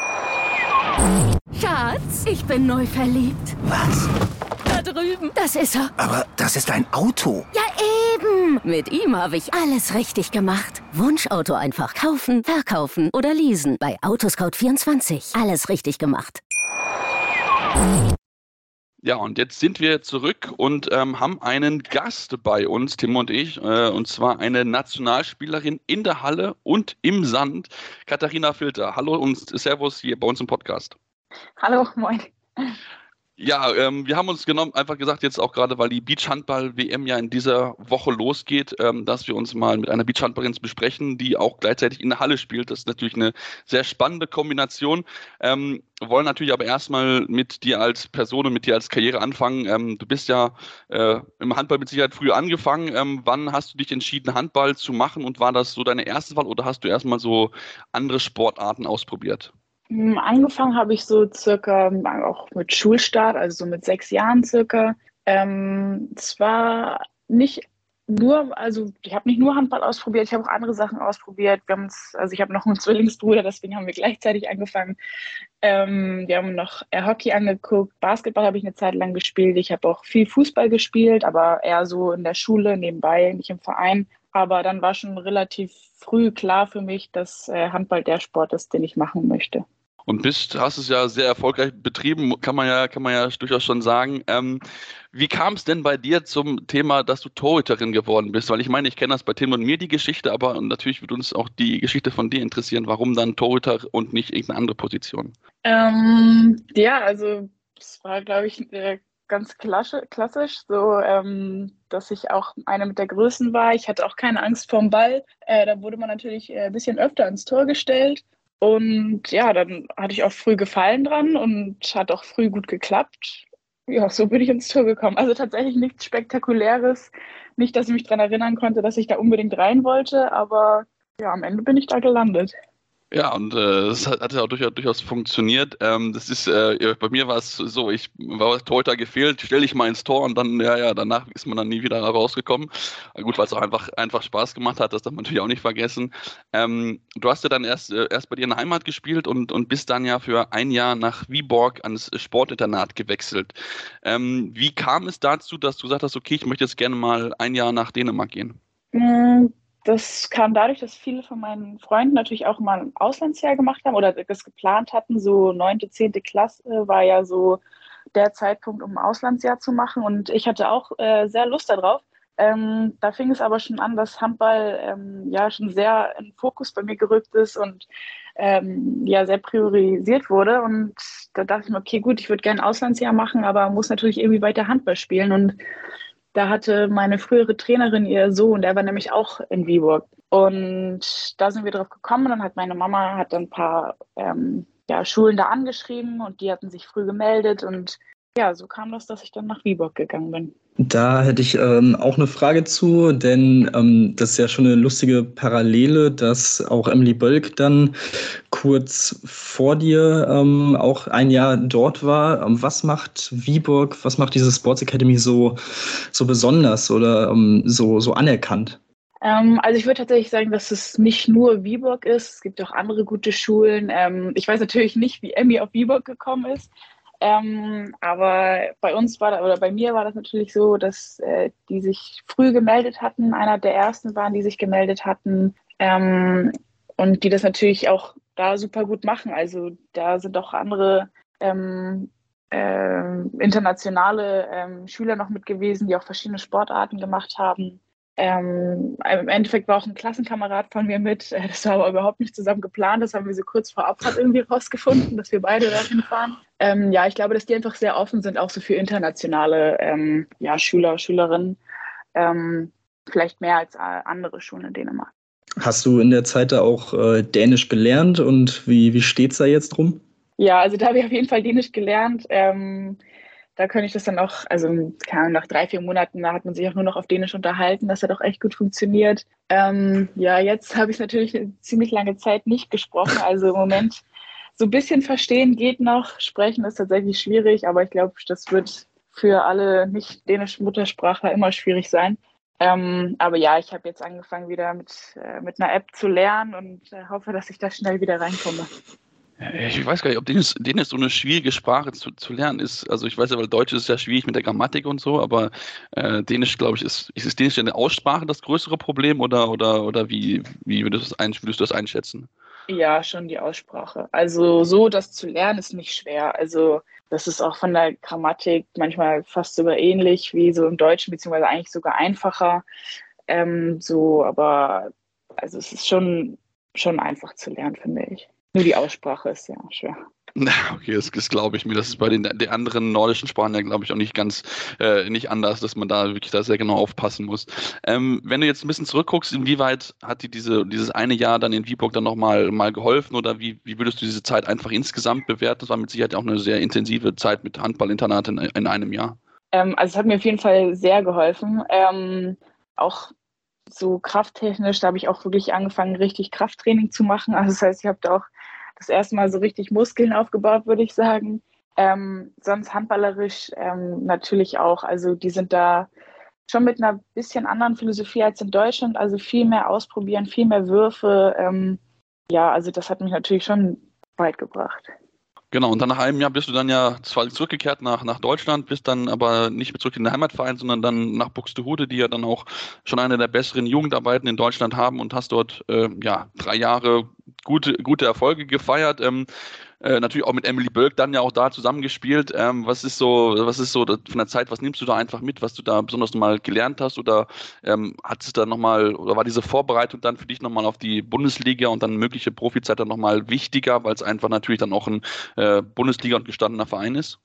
Schatz, ich bin neu verliebt. Was? Da drüben. Das ist er. Aber das ist ein Auto. Ja, eben. Mit ihm habe ich alles richtig gemacht. Wunschauto einfach kaufen, verkaufen oder leasen. Bei Autoscout vierundzwanzig. Alles richtig gemacht. Ja, und jetzt sind wir zurück und ähm, haben einen Gast bei uns, Tim und ich, äh, und zwar eine Nationalspielerin in der Halle und im Sand, Katharina Filter. Hallo und Servus hier bei uns im Podcast. Hallo, moin. Ja, ähm, wir haben uns genommen, einfach gesagt, jetzt auch gerade, weil die Beachhandball-W M ja in dieser Woche losgeht, ähm, dass wir uns mal mit einer Beachhandballerin besprechen, die auch gleichzeitig in der Halle spielt. Das ist natürlich eine sehr spannende Kombination. Ähm, wollen natürlich aber erstmal mit dir als Person und mit dir als Karriere anfangen. Ähm, du bist ja äh, im Handball mit Sicherheit früh angefangen. Ähm, wann hast du dich entschieden, Handball zu machen und war das so deine erste Wahl oder hast du erstmal so andere Sportarten ausprobiert? Angefangen habe ich so circa auch mit Schulstart, also so mit sechs Jahren circa. Ähm, es war nicht nur, also ich habe nicht nur Handball ausprobiert, ich habe auch andere Sachen ausprobiert. Wir haben uns, also ich habe noch einen Zwillingsbruder, deswegen haben wir gleichzeitig angefangen. Ähm, wir haben noch eher Hockey angeguckt, Basketball habe ich eine Zeit lang gespielt. Ich habe auch viel Fußball gespielt, aber eher so in der Schule nebenbei, nicht im Verein. Aber dann war schon relativ früh klar für mich, dass äh, Handball der Sport ist, den ich machen möchte. Und bist, hast es ja sehr erfolgreich betrieben, kann man ja, kann man ja durchaus schon sagen. Ähm, wie kam es denn bei dir zum Thema, dass du Torhüterin geworden bist? Weil ich meine, ich kenne das bei Tim und mir die Geschichte, aber natürlich würde uns auch die Geschichte von dir interessieren. Warum dann Torhüter und nicht irgendeine andere Position? Ähm, ja, also es war, glaube ich, äh, ganz klassisch, so, ähm, dass ich auch eine mit der Größen war. Ich hatte auch keine Angst vorm Ball. Äh, da wurde man natürlich äh, ein bisschen öfter ins Tor gestellt. Und ja, dann hatte ich auch früh Gefallen dran und hat auch früh gut geklappt. Ja, so bin ich ins Tor gekommen. Also tatsächlich nichts Spektakuläres. Nicht, dass ich mich daran erinnern konnte, dass ich da unbedingt rein wollte, aber ja, am Ende bin ich da gelandet. Ja, und äh, das hat, hat ja auch durchaus, durchaus funktioniert. Ähm, das ist, äh, bei mir war es so, ich war Torhüter gefehlt, stelle ich mal ins Tor und dann, ja, ja, danach ist man dann nie wieder rausgekommen. Gut, weil es auch einfach, einfach Spaß gemacht hat, das darf man natürlich auch nicht vergessen. Ähm, du hast ja dann erst, äh, erst bei dir in der Heimat gespielt und, und bist dann ja für ein Jahr nach Viborg ans Sportinternat gewechselt. Ähm, wie kam es dazu, dass du gesagt hast, okay, ich möchte jetzt gerne mal ein Jahr nach Dänemark gehen? Mhm. Das kam dadurch, dass viele von meinen Freunden natürlich auch mal ein Auslandsjahr gemacht haben oder das geplant hatten. So neunte, zehnte Klasse war ja so der Zeitpunkt, um ein Auslandsjahr zu machen. Und ich hatte auch äh, sehr Lust darauf. Ähm, da fing es aber schon an, dass Handball ähm, ja schon sehr in den Fokus bei mir gerückt ist und ähm, ja sehr priorisiert wurde. Und da dachte ich mir, okay, gut, ich würde gerne ein Auslandsjahr machen, aber muss natürlich irgendwie weiter Handball spielen. Und da hatte meine frühere Trainerin ihr Sohn, der war nämlich auch in Viborg. Und da sind wir drauf gekommen. Dann hat meine Mama hat dann ein paar ähm, ja, Schulen da angeschrieben und die hatten sich früh gemeldet. Und ja, so kam das, dass ich dann nach Viborg gegangen bin. Da hätte ich ähm, auch eine Frage zu, denn ähm, das ist ja schon eine lustige Parallele, dass auch Emily Bölk dann kurz vor dir ähm, auch ein Jahr dort war. Ähm, was macht Viborg, was macht diese Sports Academy so, so besonders oder ähm, so, so anerkannt? Ähm, also ich würde tatsächlich sagen, dass es nicht nur Viborg ist. Es gibt auch andere gute Schulen. Ähm, ich weiß natürlich nicht, wie Emmy auf Viborg gekommen ist. Ähm, aber bei uns war da, oder bei mir war das natürlich so, dass äh, die sich früh gemeldet hatten, einer der ersten waren, die sich gemeldet hatten, ähm, und die das natürlich auch da super gut machen. Also da sind auch andere ähm, äh, internationale ähm, Schüler noch mit gewesen, die auch verschiedene Sportarten gemacht haben. Ähm, im Endeffekt war auch ein Klassenkamerad von mir mit. Das war aber überhaupt nicht zusammen geplant. Das haben wir so kurz vor Abfahrt irgendwie rausgefunden, dass wir beide dahin fahren. Ähm, ja, ich glaube, dass die einfach sehr offen sind, auch so für internationale ähm, ja, Schüler, Schülerinnen. Ähm, vielleicht mehr als andere Schulen in Dänemark. Hast du in der Zeit da auch äh, Dänisch gelernt und wie, wie steht's da jetzt drum? Ja, also da habe ich auf jeden Fall Dänisch gelernt. Ähm, Da könnte ich das dann auch, also keine Ahnung, nach drei, vier Monaten, da hat man sich auch nur noch auf Dänisch unterhalten. Das hat auch echt gut funktioniert. Ähm, ja, jetzt habe ich natürlich eine ziemlich lange Zeit nicht gesprochen. Also im Moment so ein bisschen verstehen geht noch. Sprechen ist tatsächlich schwierig, aber ich glaube, das wird für alle nicht dänischen Muttersprachler immer schwierig sein. Ähm, aber ja, ich habe jetzt angefangen wieder mit, äh, mit einer App zu lernen und äh, hoffe, dass ich da schnell wieder reinkomme. Ich weiß gar nicht, ob Dänisch, Dänisch so eine schwierige Sprache zu, zu lernen ist. Also ich weiß ja, weil Deutsch ist ja schwierig mit der Grammatik und so, aber äh, Dänisch, glaube ich, ist, ist es Dänisch in der Aussprache das größere Problem oder, oder, oder wie, wie würdest du das, ein, würdest du das einschätzen? Ja, schon die Aussprache. Also so, das zu lernen ist nicht schwer. Also das ist auch von der Grammatik manchmal fast sogar ähnlich wie so im Deutschen, beziehungsweise eigentlich sogar einfacher. Ähm, so, aber also es ist schon, schon einfach zu lernen, finde ich. Nur die Aussprache ist ja schwer. Na, okay, das, das glaube ich mir. Das ist bei den, den anderen nordischen Sprachen ja, glaube ich, auch nicht ganz äh, nicht anders, dass man da wirklich da sehr genau aufpassen muss. Ähm, wenn du jetzt ein bisschen zurückguckst, inwieweit hat dir diese, dieses eine Jahr dann in Viborg dann nochmal mal geholfen oder wie, wie würdest du diese Zeit einfach insgesamt bewerten? Das war mit Sicherheit auch eine sehr intensive Zeit mit Handballinternat in, in einem Jahr. Ähm, also es hat mir auf jeden Fall sehr geholfen. Ähm, auch so krafttechnisch, da habe ich auch wirklich angefangen, richtig Krafttraining zu machen. Also das heißt, ich habe da auch das erste Mal so richtig Muskeln aufgebaut, würde ich sagen. Ähm, sonst handballerisch ähm, natürlich auch. Also die sind da schon mit einer bisschen anderen Philosophie als in Deutschland. Also viel mehr ausprobieren, viel mehr Würfe. Ähm, ja, also das hat mich natürlich schon weit gebracht. Genau, und dann nach einem Jahr bist du dann ja zwar zurückgekehrt nach, nach Deutschland, bist dann aber nicht mehr zurück in den Heimatverein, sondern dann nach Buxtehude, die ja dann auch schon eine der besseren Jugendarbeiten in Deutschland haben und hast dort äh, ja drei Jahre gute, gute Erfolge gefeiert. Ähm, äh, natürlich auch mit Emily Bölk dann ja auch da zusammengespielt. Ähm, was ist so, was ist so von der Zeit, was nimmst du da einfach mit, was du da besonders nochmal gelernt hast oder ähm, hat es da nochmal, oder war diese Vorbereitung dann für dich nochmal auf die Bundesliga und dann mögliche Profizeit dann nochmal wichtiger, weil es einfach natürlich dann auch ein äh, Bundesliga und gestandener Verein ist?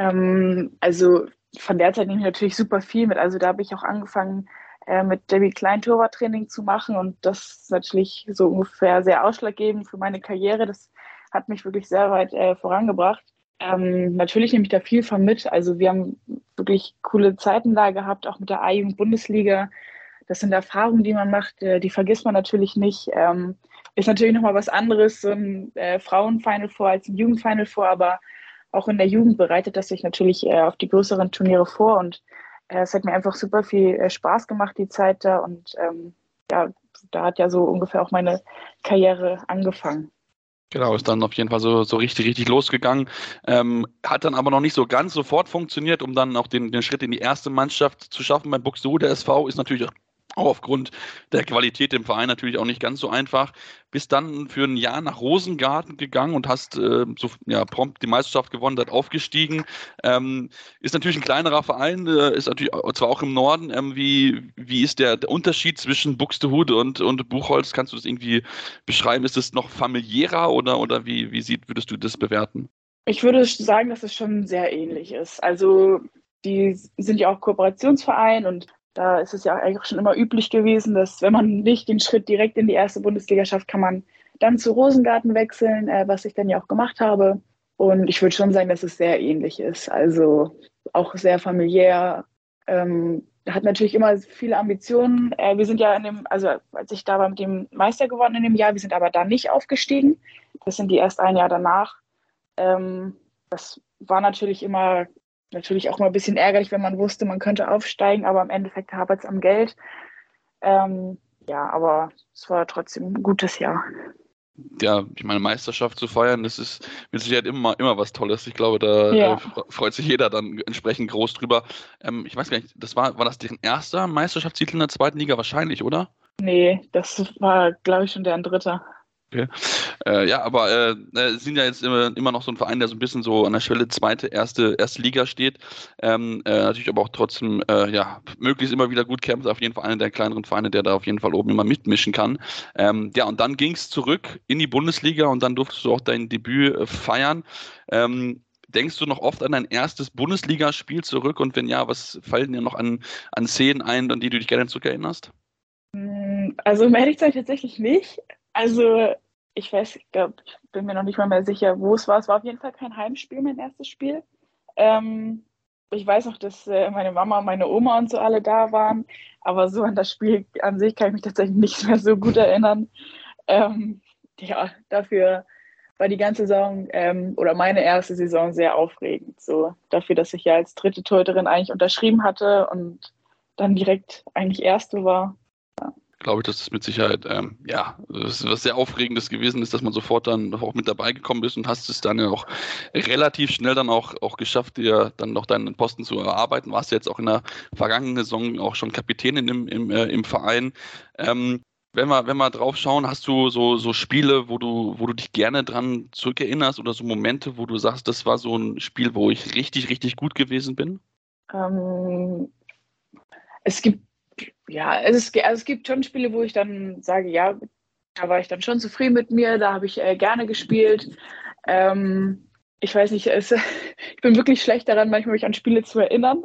Ähm, also von der Zeit nehme ich natürlich super viel mit. Also da habe ich auch angefangen, äh, mit Debbie Klein Torwarttraining zu machen und das ist natürlich so ungefähr sehr ausschlaggebend für meine Karriere. Das hat mich wirklich sehr weit äh, vorangebracht. Ähm, natürlich nehme ich da viel von mit. Also wir haben wirklich coole Zeiten da gehabt, auch mit der A-Jugend-Bundesliga. Das sind Erfahrungen, die man macht, äh, die vergisst man natürlich nicht. Ähm, ist natürlich nochmal was anderes, so ein äh, Frauen-Final Four als ein Jugend-Final Four, aber auch in der Jugend bereitet das sich natürlich äh, auf die größeren Turniere vor und äh, es hat mir einfach super viel äh, Spaß gemacht, die Zeit da und ähm, ja, da hat ja so ungefähr auch meine Karriere angefangen. Genau, ist dann auf jeden Fall so, so richtig, richtig losgegangen. Ähm, hat dann aber noch nicht so ganz sofort funktioniert, um dann auch den, den Schritt in die erste Mannschaft zu schaffen. Beim Buxtehude S V ist natürlich auch aufgrund der Qualität im Verein natürlich auch nicht ganz so einfach. Bist dann für ein Jahr nach Rosengarten gegangen und hast äh, so, ja, prompt die Meisterschaft gewonnen, dort aufgestiegen. Ähm, ist natürlich ein kleinerer Verein, äh, ist natürlich zwar auch im Norden. Ähm, wie, wie ist der, der Unterschied zwischen Buxtehude und, und Buchholz? Kannst du das irgendwie beschreiben? Ist es noch familiärer oder, oder wie, wie sieht, würdest du das bewerten? Ich würde sagen, dass es schon sehr ähnlich ist. Also die sind ja auch Kooperationsverein und da ist es ja eigentlich schon immer üblich gewesen, dass wenn man nicht den Schritt direkt in die erste Bundesliga schafft, kann man dann zu Rosengarten wechseln, äh, was ich dann ja auch gemacht habe. Und ich würde schon sagen, dass es sehr ähnlich ist. Also auch sehr familiär. Ähm, hat natürlich immer viele Ambitionen. Äh, wir sind ja in dem, also als ich da war mit dem Meister geworden in dem Jahr, wir sind aber da nicht aufgestiegen. Das sind die erst ein Jahr danach. Ähm, das war natürlich immer, natürlich auch mal ein bisschen ärgerlich, wenn man wusste, man könnte aufsteigen, aber im Endeffekt hapert es am Geld. Ähm, ja, aber es war trotzdem ein gutes Jahr. Ja, ich meine, Meisterschaft zu feiern, das ist mit Sicherheit immer, immer was Tolles. Ich glaube, da Ja. äh, freut sich jeder dann entsprechend groß drüber. Ähm, ich weiß gar nicht, das war, war das deren erster Meisterschaftstitel in der zweiten Liga wahrscheinlich, oder? Nee, das war, glaube ich, schon deren dritter. Okay. Äh, ja, aber äh, äh, sind ja jetzt immer, immer noch so ein Verein, der so ein bisschen so an der Schwelle zweite, erste, erste Liga steht. Ähm, äh, natürlich aber auch trotzdem äh, ja möglichst immer wieder gut kämpft. Auf jeden Fall einer der kleineren Vereine, der da auf jeden Fall oben immer mitmischen kann. Ähm, ja, und dann ging es zurück in die Bundesliga und dann durftest du auch dein Debüt äh, feiern. Ähm, Denkst du noch oft an dein erstes Bundesligaspiel zurück? Und wenn ja, was fallen dir noch an, an Szenen ein, an die du dich gerne zurückerinnerst? Also um ehrlich zu sein, tatsächlich nicht. Also ich weiß, ich glaube, ich bin mir noch nicht mal mehr sicher, wo es war. Es war auf jeden Fall kein Heimspiel, mein erstes Spiel. Ähm, ich weiß noch, dass äh, meine Mama, meine Oma und so alle da waren, aber so an das Spiel an sich kann ich mich tatsächlich nicht mehr so gut erinnern. Ähm, ja, dafür war die ganze Saison ähm, oder meine erste Saison sehr aufregend. So dafür, dass ich ja als dritte Torhüterin eigentlich unterschrieben hatte und dann direkt eigentlich erste war. Glaube ich, dass das mit Sicherheit, ähm, ja, das was sehr Aufregendes gewesen ist, dass man sofort dann auch mit dabei gekommen ist und hast es dann ja auch relativ schnell dann auch, auch geschafft, dir dann noch deinen Posten zu erarbeiten. Warst ja jetzt auch in der vergangenen Saison auch schon Kapitänin im, im, äh, im Verein. Ähm, wenn wir, wenn wir drauf schauen, hast du so, so Spiele, wo du, wo du dich gerne dran zurückerinnerst oder so Momente, wo du sagst, das war so ein Spiel, wo ich richtig, richtig gut gewesen bin? Ähm, es gibt Ja, es, ist, also es gibt schon Spiele, wo ich dann sage, ja, da war ich dann schon zufrieden mit mir, da habe ich äh, gerne gespielt. Ähm, ich weiß nicht, es, ich bin wirklich schlecht daran, manchmal mich an Spiele zu erinnern.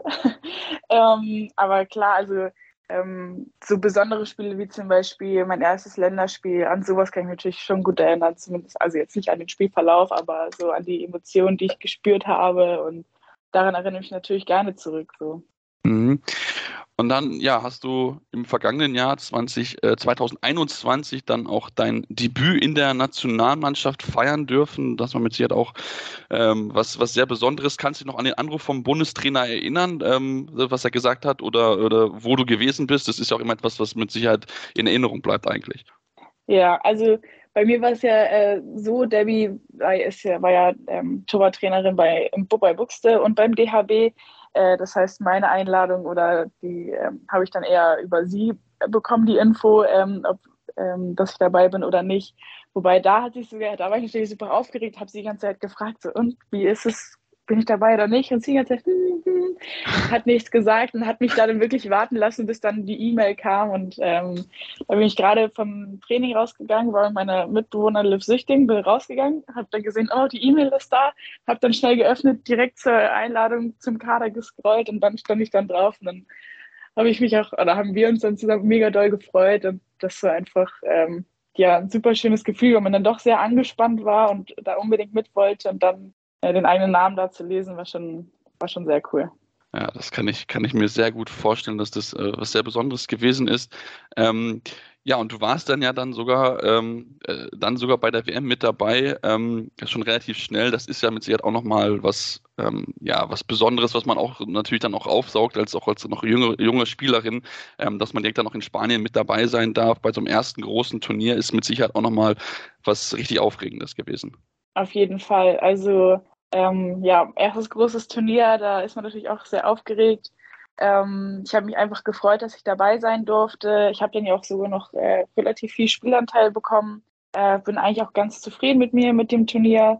ähm, aber klar, also ähm, so besondere Spiele wie zum Beispiel mein erstes Länderspiel, an sowas kann ich mich natürlich schon gut erinnern, zumindest, also jetzt nicht an den Spielverlauf, aber so an die Emotionen, die ich gespürt habe, und daran erinnere ich mich natürlich gerne zurück. So. Mhm. Und dann, ja, hast du im vergangenen Jahr zwanzig, äh, zwanzig einundzwanzig dann auch dein Debüt in der Nationalmannschaft feiern dürfen. Das war mit Sicherheit auch ähm, was, was sehr Besonderes. Kannst du dich noch an den Anruf vom Bundestrainer erinnern, ähm, was er gesagt hat oder, oder wo du gewesen bist? Das ist ja auch immer etwas, was mit Sicherheit in Erinnerung bleibt eigentlich. Ja, also bei mir war es ja äh, so, Debbie war, ist ja, war ja ähm, Torwarttrainerin bei, bei Buxte und beim D H B. Äh, das heißt, meine Einladung oder die ähm, habe ich dann eher über sie bekommen, die Info, ähm, ob ähm, dass ich dabei bin oder nicht. Wobei da hat sich sogar, da war ich natürlich super aufgeregt, habe sie die ganze Zeit gefragt, so, und wie ist es, bin ich dabei oder nicht? Und sie die ganze Zeit hm, hm, hat nichts gesagt und hat mich da dann wirklich warten lassen, bis dann die E-Mail kam. Und ähm, da bin ich gerade vom Training rausgegangen, war mit meiner Mitbewohnerin Liv Süchting, bin rausgegangen, habe dann gesehen, oh, die E-Mail ist da, habe dann schnell geöffnet, direkt zur Einladung zum Kader gescrollt und dann stand ich dann drauf. Und dann habe ich mich auch, oder haben wir uns dann zusammen mega doll gefreut. Und das war einfach ähm, ja, ein super schönes Gefühl, weil man dann doch sehr angespannt war und da unbedingt mit wollte, und dann den eigenen Namen da zu lesen, war schon, war schon sehr cool. Ja, das kann ich, kann ich mir sehr gut vorstellen, dass das äh, was sehr Besonderes gewesen ist. Ähm, ja, und du warst dann ja dann sogar, ähm, äh, dann sogar bei der W M mit dabei, ähm, schon relativ schnell. Das ist ja mit Sicherheit auch nochmal was, ähm, ja, was Besonderes, was man auch natürlich dann auch aufsaugt, als auch als noch junge, junge Spielerin, ähm, dass man direkt dann noch in Spanien mit dabei sein darf. Bei so einem ersten großen Turnier ist mit Sicherheit auch nochmal was richtig Aufregendes gewesen. Auf jeden Fall. Also Ähm, ja, erstes großes Turnier, da ist man natürlich auch sehr aufgeregt. Ähm, ich habe mich einfach gefreut, dass ich dabei sein durfte. Ich habe dann ja auch sogar noch äh, relativ viel Spielanteil bekommen. Äh, bin eigentlich auch ganz zufrieden mit mir, mit dem Turnier.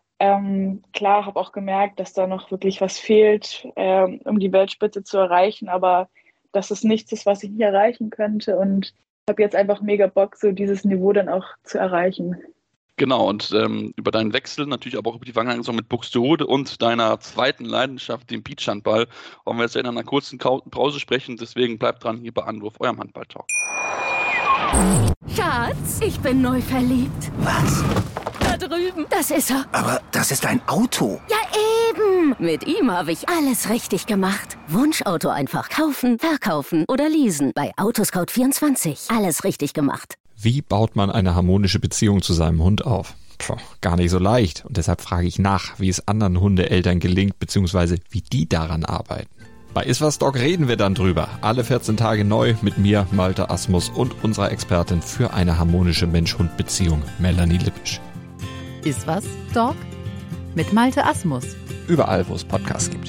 Ähm, klar, habe auch gemerkt, dass da noch wirklich was fehlt, ähm, um die Weltspitze zu erreichen, aber dass es nichts ist, was ich nicht erreichen könnte, und habe jetzt einfach mega Bock, so dieses Niveau dann auch zu erreichen. Genau, und ähm, über deinen Wechsel, natürlich aber auch über die vergangene Saison mit Buxtehude und deiner zweiten Leidenschaft, dem Beachhandball, wollen wir jetzt in einer kurzen Pause sprechen. Deswegen bleibt dran hier bei Anwurf, eurem Handball-Talk. Schatz, ich bin neu verliebt. Was? da drüben. Das ist er. Aber das ist ein Auto. Ja, eben. Mit ihm habe ich alles richtig gemacht. Wunschauto einfach kaufen, verkaufen oder leasen. Bei Autoscout vierundzwanzig. Alles richtig gemacht. Wie baut man eine harmonische Beziehung zu seinem Hund auf? Puh, gar nicht so leicht. Und deshalb frage ich nach, wie es anderen Hundeeltern gelingt, beziehungsweise wie die daran arbeiten. Bei Iswas Dog reden wir dann drüber. Alle vierzehn Tage neu mit mir, Malte Asmus und unserer Expertin für eine harmonische Mensch-Hund-Beziehung, Melanie Lippisch. Iswas Dog mit Malte Asmus. Überall, wo es Podcasts gibt.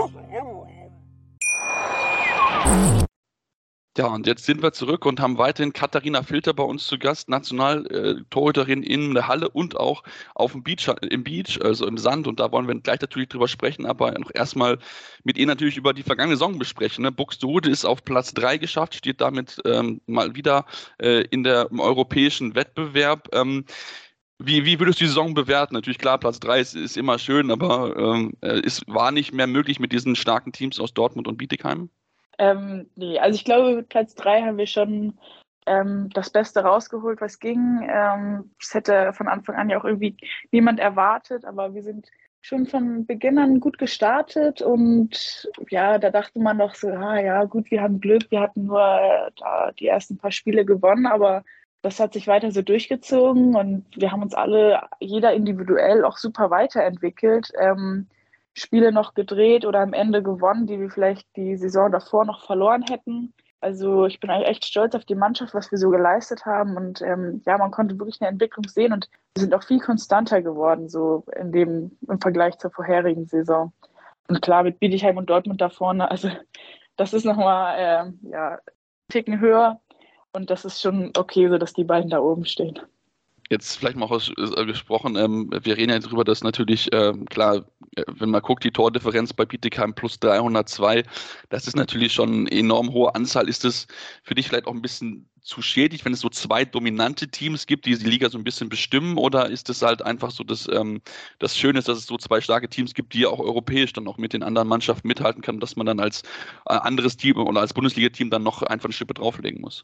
Ja, und jetzt sind wir zurück und haben weiterhin Katharina Filter bei uns zu Gast, Nationaltorhüterin in der Halle und auch auf dem Beach, im Beach, also im Sand. Und da wollen wir gleich natürlich drüber sprechen, aber noch erstmal mit ihr natürlich über die vergangene Saison besprechen. Ne? Buxtehude ist auf Platz drei geschafft, steht damit ähm, mal wieder äh, in der im europäischen Wettbewerb. Ähm, Wie, wie würdest du die Saison bewerten? Natürlich klar, Platz drei ist, ist immer schön, aber ähm, es war nicht mehr möglich mit diesen starken Teams aus Dortmund und Bietigheim? Ähm, nee, also ich glaube, mit Platz drei haben wir schon ähm, das Beste rausgeholt, was ging. Ähm, das hätte von Anfang an ja auch irgendwie niemand erwartet, aber wir sind schon von Beginn an gut gestartet und ja, da dachte man doch so, ah ja, gut, wir haben Glück, wir hatten nur äh, da die ersten paar Spiele gewonnen, aber das hat sich weiter so durchgezogen und wir haben uns alle, jeder individuell auch super weiterentwickelt. Ähm, Spiele noch gedreht oder am Ende gewonnen, die wir vielleicht die Saison davor noch verloren hätten. Also ich bin eigentlich echt stolz auf die Mannschaft, was wir so geleistet haben und ähm, ja, man konnte wirklich eine Entwicklung sehen und wir sind auch viel konstanter geworden, so in dem, im Vergleich zur vorherigen Saison. Und klar, mit Bietigheim und Dortmund da vorne, also das ist nochmal äh, ja, einen Ticken höher und das ist schon okay, so dass die beiden da oben stehen. Jetzt vielleicht mal aus, äh, gesprochen, ähm, wir reden ja darüber, dass natürlich, ähm, klar, äh, wenn man guckt, die Tordifferenz bei Bietigheim plus dreihundertzwei, das ist natürlich schon eine enorm hohe Anzahl. Ist es für dich vielleicht auch ein bisschen zu schädlich, wenn es so zwei dominante Teams gibt, die die Liga so ein bisschen bestimmen, oder ist es halt einfach so, dass ähm, das Schöne ist, dass es so zwei starke Teams gibt, die auch europäisch dann auch mit den anderen Mannschaften mithalten kann, dass man dann als äh, anderes Team oder als Bundesliga-Team dann noch einfach eine Schippe drauflegen muss?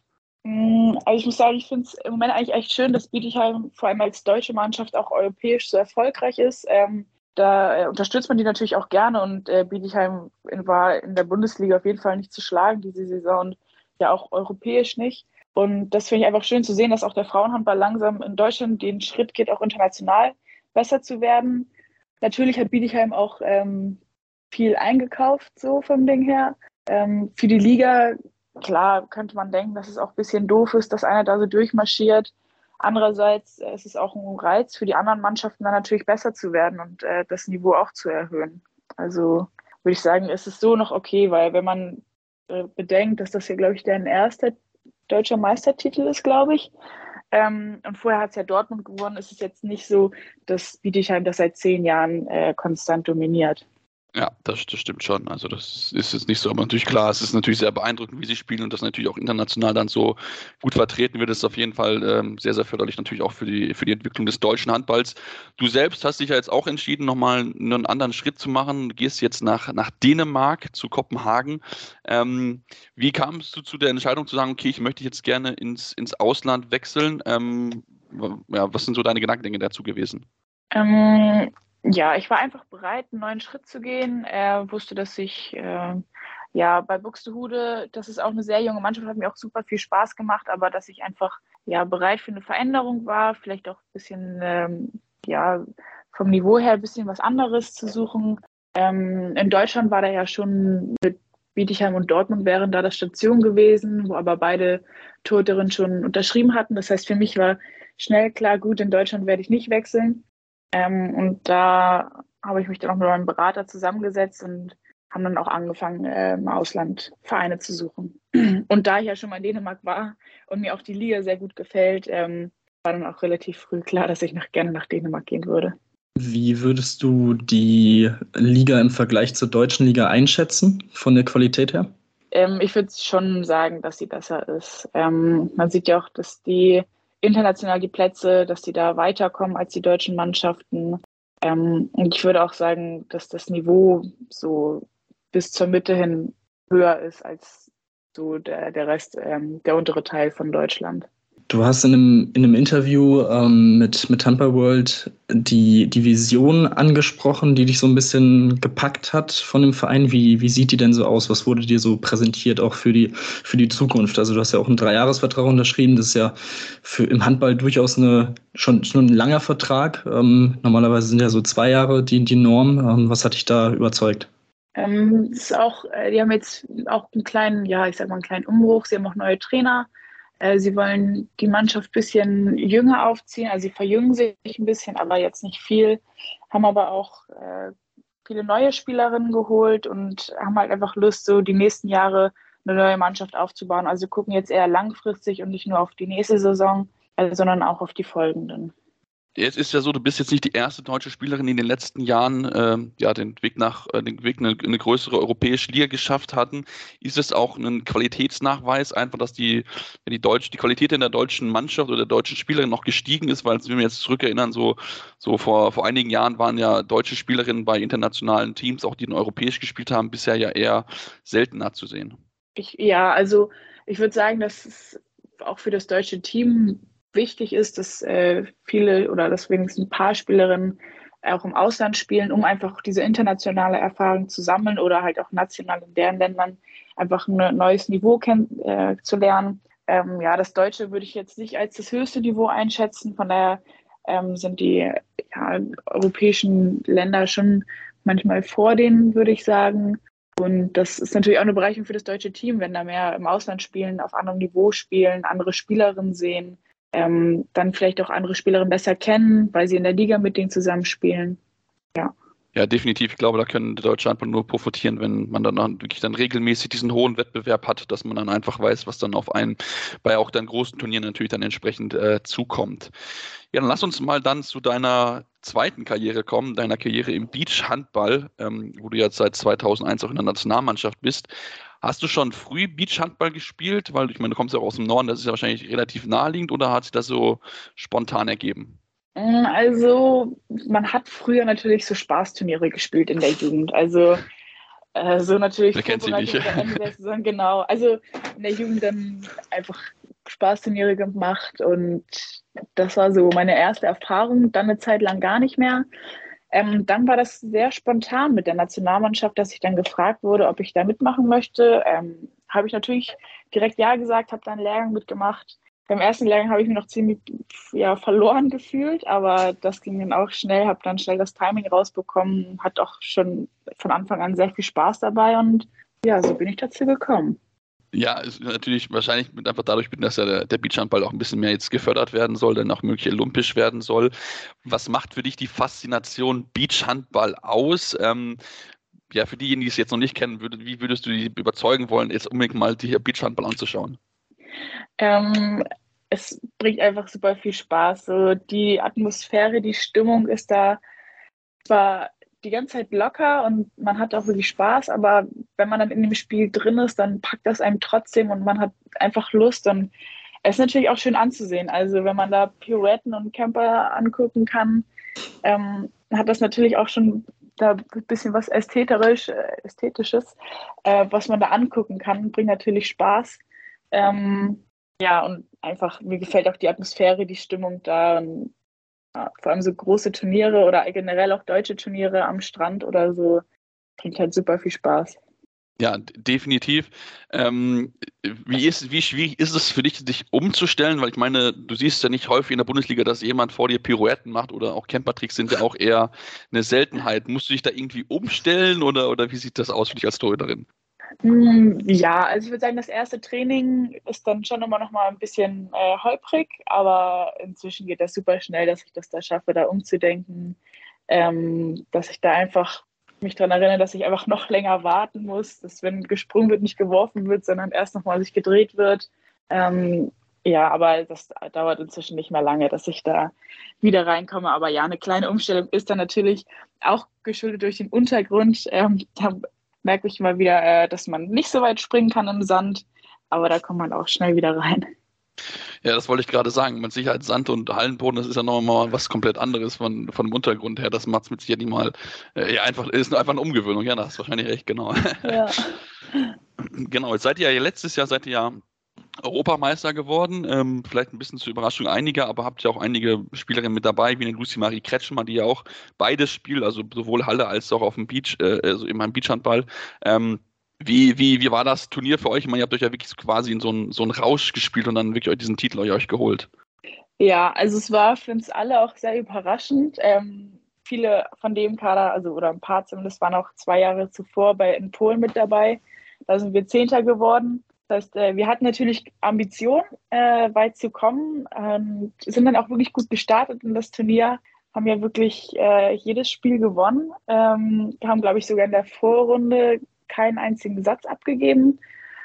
Also ich muss sagen, ich finde es im Moment eigentlich echt schön, dass Bietigheim vor allem als deutsche Mannschaft auch europäisch so erfolgreich ist. Ähm, da äh, unterstützt man die natürlich auch gerne und äh, Bietigheim in, war in der Bundesliga auf jeden Fall nicht zu schlagen diese Saison und ja auch europäisch nicht. Und das finde ich einfach schön zu sehen, dass auch der Frauenhandball langsam in Deutschland den Schritt geht, auch international besser zu werden. Natürlich hat Bietigheim auch ähm, viel eingekauft, so vom Ding her. Ähm, für die Liga, klar, könnte man denken, dass es auch ein bisschen doof ist, dass einer da so durchmarschiert. Andererseits äh, ist es auch ein Reiz für die anderen Mannschaften, dann natürlich besser zu werden und äh, das Niveau auch zu erhöhen. Also würde ich sagen, ist es so noch okay, weil wenn man äh, bedenkt, dass das hier, glaube ich, deren erster deutscher Meistertitel ist, glaube ich, ähm, und vorher hat es ja Dortmund gewonnen, ist es jetzt nicht so, dass Bietigheim das seit zehn Jahren äh, konstant dominiert. Ja, das, das stimmt schon. Also das ist jetzt nicht so, aber natürlich klar, es ist natürlich sehr beeindruckend, wie sie spielen und das natürlich auch international dann so gut vertreten wird. Das ist auf jeden Fall ähm, sehr, sehr förderlich natürlich auch für die, für die Entwicklung des deutschen Handballs. Du selbst hast dich ja jetzt auch entschieden, nochmal einen anderen Schritt zu machen. Du gehst jetzt nach, nach Dänemark, zu Kopenhagen. Ähm, wie kamst du zu der Entscheidung zu sagen, okay, ich möchte jetzt gerne ins, ins Ausland wechseln? Ähm, ja, was sind so deine Gedankengänge dazu gewesen? Ähm, Ja, ich war einfach bereit, einen neuen Schritt zu gehen. Er wusste, dass ich äh, ja bei Buxtehude, das ist auch eine sehr junge Mannschaft, hat mir auch super viel Spaß gemacht, aber dass ich einfach ja bereit für eine Veränderung war, vielleicht auch ein bisschen ähm, ja vom Niveau her ein bisschen was anderes zu suchen. Ähm, in Deutschland war da ja schon mit Bietigheim und Dortmund wären da das Station gewesen, wo aber beide Torhüterinnen schon unterschrieben hatten. Das heißt, für mich war schnell klar, gut, in Deutschland werde ich nicht wechseln. Ähm, und da habe ich mich dann auch mit meinem Berater zusammengesetzt und haben dann auch angefangen, äh, im Ausland Vereine zu suchen. Und da ich ja schon mal in Dänemark war und mir auch die Liga sehr gut gefällt, ähm, war dann auch relativ früh klar, dass ich nach, gerne nach Dänemark gehen würde. Wie würdest du die Liga im Vergleich zur deutschen Liga einschätzen, von der Qualität her? Ähm, ich würde schon sagen, dass sie besser ist. Ähm, man sieht ja auch, dass die international die Plätze, dass die da weiterkommen als die deutschen Mannschaften. Ähm, und ich würde auch sagen, dass das Niveau so bis zur Mitte hin höher ist als so der, der Rest, ähm, der untere Teil von Deutschland. du hast in einem, in einem Interview ähm, mit, mit Handball World die, die Vision angesprochen, die dich so ein bisschen gepackt hat von dem Verein. Wie, wie sieht die denn so aus? Was wurde dir so präsentiert auch für die, für die Zukunft? Also du hast ja auch einen Dreijahresvertrag unterschrieben. Das ist ja für, im Handball durchaus eine, schon, schon ein langer Vertrag. Ähm, normalerweise sind ja so zwei Jahre die, die Norm. Ähm, was hat dich da überzeugt? Ähm, das ist auch, äh, die haben jetzt auch einen kleinen, ja, ich sag mal einen kleinen Umbruch. Sie haben auch neue Trainer. Äh, sie wollen die Mannschaft ein bisschen jünger aufziehen. Also sie verjüngen sich ein bisschen, aber jetzt nicht viel. Haben aber auch äh, viele neue Spielerinnen geholt und haben halt einfach Lust, so die nächsten Jahre eine neue Mannschaft aufzubauen. Also gucken jetzt eher langfristig und nicht nur auf die nächste Saison, äh, sondern auch auf die folgenden. Jetzt ist ja so, du bist jetzt nicht die erste deutsche Spielerin, die in den letzten Jahren ähm, ja den Weg nach äh, den Weg eine, eine größere europäische Liga geschafft hatten. Ist es auch ein Qualitätsnachweis, einfach, dass die die deutsche die Qualität in der deutschen Mannschaft oder der deutschen Spielerin noch gestiegen ist, weil wenn wir jetzt zurückerinnern, so so vor vor einigen Jahren waren ja deutsche Spielerinnen bei internationalen Teams, auch die europäisch gespielt haben, bisher ja eher seltener zu sehen. Ich, ja, also ich würde sagen, dass es auch für das deutsche Team wichtig ist, dass äh, viele oder dass wenigstens ein paar Spielerinnen auch im Ausland spielen, um einfach diese internationale Erfahrung zu sammeln oder halt auch national in deren Ländern einfach ein neues Niveau kenn- äh, zu lernen. Ähm, ja, das Deutsche würde ich jetzt nicht als das höchste Niveau einschätzen, von daher ähm, sind die ja, europäischen Länder schon manchmal vor denen, würde ich sagen. Und das ist natürlich auch eine Bereicherung für das deutsche Team, wenn da mehr im Ausland spielen, auf anderem Niveau spielen, andere Spielerinnen sehen. Ähm, dann vielleicht auch andere Spielerinnen besser kennen, weil sie in der Liga mit denen zusammenspielen. Ja. Ja, definitiv. Ich glaube, da können die Deutsche einfach nur profitieren, wenn man dann wirklich dann regelmäßig diesen hohen Wettbewerb hat, dass man dann einfach weiß, was dann auf einen bei auch dann großen Turnieren natürlich dann entsprechend äh, zukommt. Ja, dann lass uns mal dann zu deiner zweiten Karriere kommen, deiner Karriere im Beachhandball, ähm, wo du jetzt seit zweitausendeins auch in der Nationalmannschaft bist. Hast du schon früh Beachhandball gespielt? Weil ich meine, du kommst ja auch aus dem Norden, das ist ja wahrscheinlich relativ naheliegend, oder hat sich das so spontan ergeben? Also man hat früher natürlich so Spaßturniere gespielt in der Jugend. Also äh, so natürlich Wer kennt sie nicht? der Ende der Saison, genau. Also in der Jugend dann einfach Spaßturniere gemacht und das war so meine erste Erfahrung. Dann eine Zeit lang gar nicht mehr. Ähm, dann war das sehr spontan mit der Nationalmannschaft, dass ich dann gefragt wurde, ob ich da mitmachen möchte. Ähm, habe ich natürlich direkt ja gesagt, habe dann einen Lehrgang mitgemacht. Beim ersten Lehrgang habe ich mich noch ziemlich ja, verloren gefühlt, aber das ging dann auch schnell, habe dann schnell das Timing rausbekommen, hat auch schon von Anfang an sehr viel Spaß dabei und ja, so bin ich dazu gekommen. Ja, ist natürlich wahrscheinlich einfach dadurch, dass ja der, der Beachhandball auch ein bisschen mehr jetzt gefördert werden soll, dann auch möglich olympisch werden soll. Was macht für dich die Faszination Beachhandball aus? Ähm, ja, für diejenigen, die es jetzt noch nicht kennen, würd, wie würdest du die überzeugen wollen, jetzt unbedingt mal die Beachhandball anzuschauen? Ähm, es bringt einfach super viel Spaß. So die Atmosphäre, die Stimmung ist da zwar die ganze Zeit locker und man hat auch wirklich Spaß, aber wenn man dann in dem Spiel drin ist, dann packt das einem trotzdem und man hat einfach Lust und es ist natürlich auch schön anzusehen. Also wenn man da Pirouetten und Camper angucken kann, ähm, hat das natürlich auch schon da ein bisschen was ästhetisch, Ästhetisches, äh, was man da angucken kann, bringt natürlich Spaß. Ähm, ja, und einfach, mir gefällt auch die Atmosphäre, die Stimmung da. Und, ja, vor allem so große Turniere oder generell auch deutsche Turniere am Strand oder so, bringt halt super viel Spaß. Ja, definitiv. Ähm, wie ist, wie schwierig ist es für dich, dich umzustellen? Weil ich meine, du siehst ja nicht häufig in der Bundesliga, dass jemand vor dir Pirouetten macht oder auch Campertricks sind ja auch eher eine Seltenheit. Musst du dich da irgendwie umstellen oder, oder wie sieht das aus für dich als Torhüterin? Ja, also ich würde sagen, das erste Training ist dann schon immer noch mal ein bisschen äh, holprig, aber inzwischen geht das super schnell, dass ich das da schaffe, da umzudenken, ähm, dass ich da einfach mich daran erinnere, dass ich einfach noch länger warten muss, dass wenn gesprungen wird, nicht geworfen wird, sondern erst noch mal sich gedreht wird. Ähm, ja, aber das dauert inzwischen nicht mehr lange, dass ich da wieder reinkomme. Aber ja, eine kleine Umstellung ist dann natürlich auch geschuldet durch den Untergrund. Ähm, da merke ich mal wieder, äh, dass man nicht so weit springen kann im Sand, aber da kommt man auch schnell wieder rein. Ja, das wollte ich gerade sagen. Mit Sicherheit Sand und Hallenboden, das ist ja nochmal was komplett anderes von, von dem Untergrund her. Das macht es mit Sicherheit nicht mal, äh, ja, einfach, ist einfach eine Umgewöhnung. Ja, das ist wahrscheinlich recht, genau. Ja. Genau, jetzt seid ihr ja letztes Jahr, seid ihr ja Europameister geworden, ähm, vielleicht ein bisschen zur Überraschung einiger, aber habt ja auch einige Spielerinnen mit dabei, wie eine Lucy Marie Kretschmer, die ja auch beides spielt, also sowohl Halle als auch auf dem Beach, äh, also in meinem Beachhandball. Ähm, wie, wie, wie war das Turnier für euch? Ich meine, ihr habt euch ja wirklich quasi in so einen so einen Rausch gespielt und dann wirklich diesen Titel euch geholt. Ja, also es war für uns alle auch sehr überraschend. Ähm, viele von dem Kader, also oder ein paar zumindest, waren auch zwei Jahre zuvor bei in Polen mit dabei. Da sind wir Zehnter geworden. Das heißt, wir hatten natürlich Ambitionen, äh, weit zu kommen, und sind dann auch wirklich gut gestartet in das Turnier, haben ja wirklich äh, jedes Spiel gewonnen, ähm, haben, glaube ich, sogar in der Vorrunde keinen einzigen Satz abgegeben.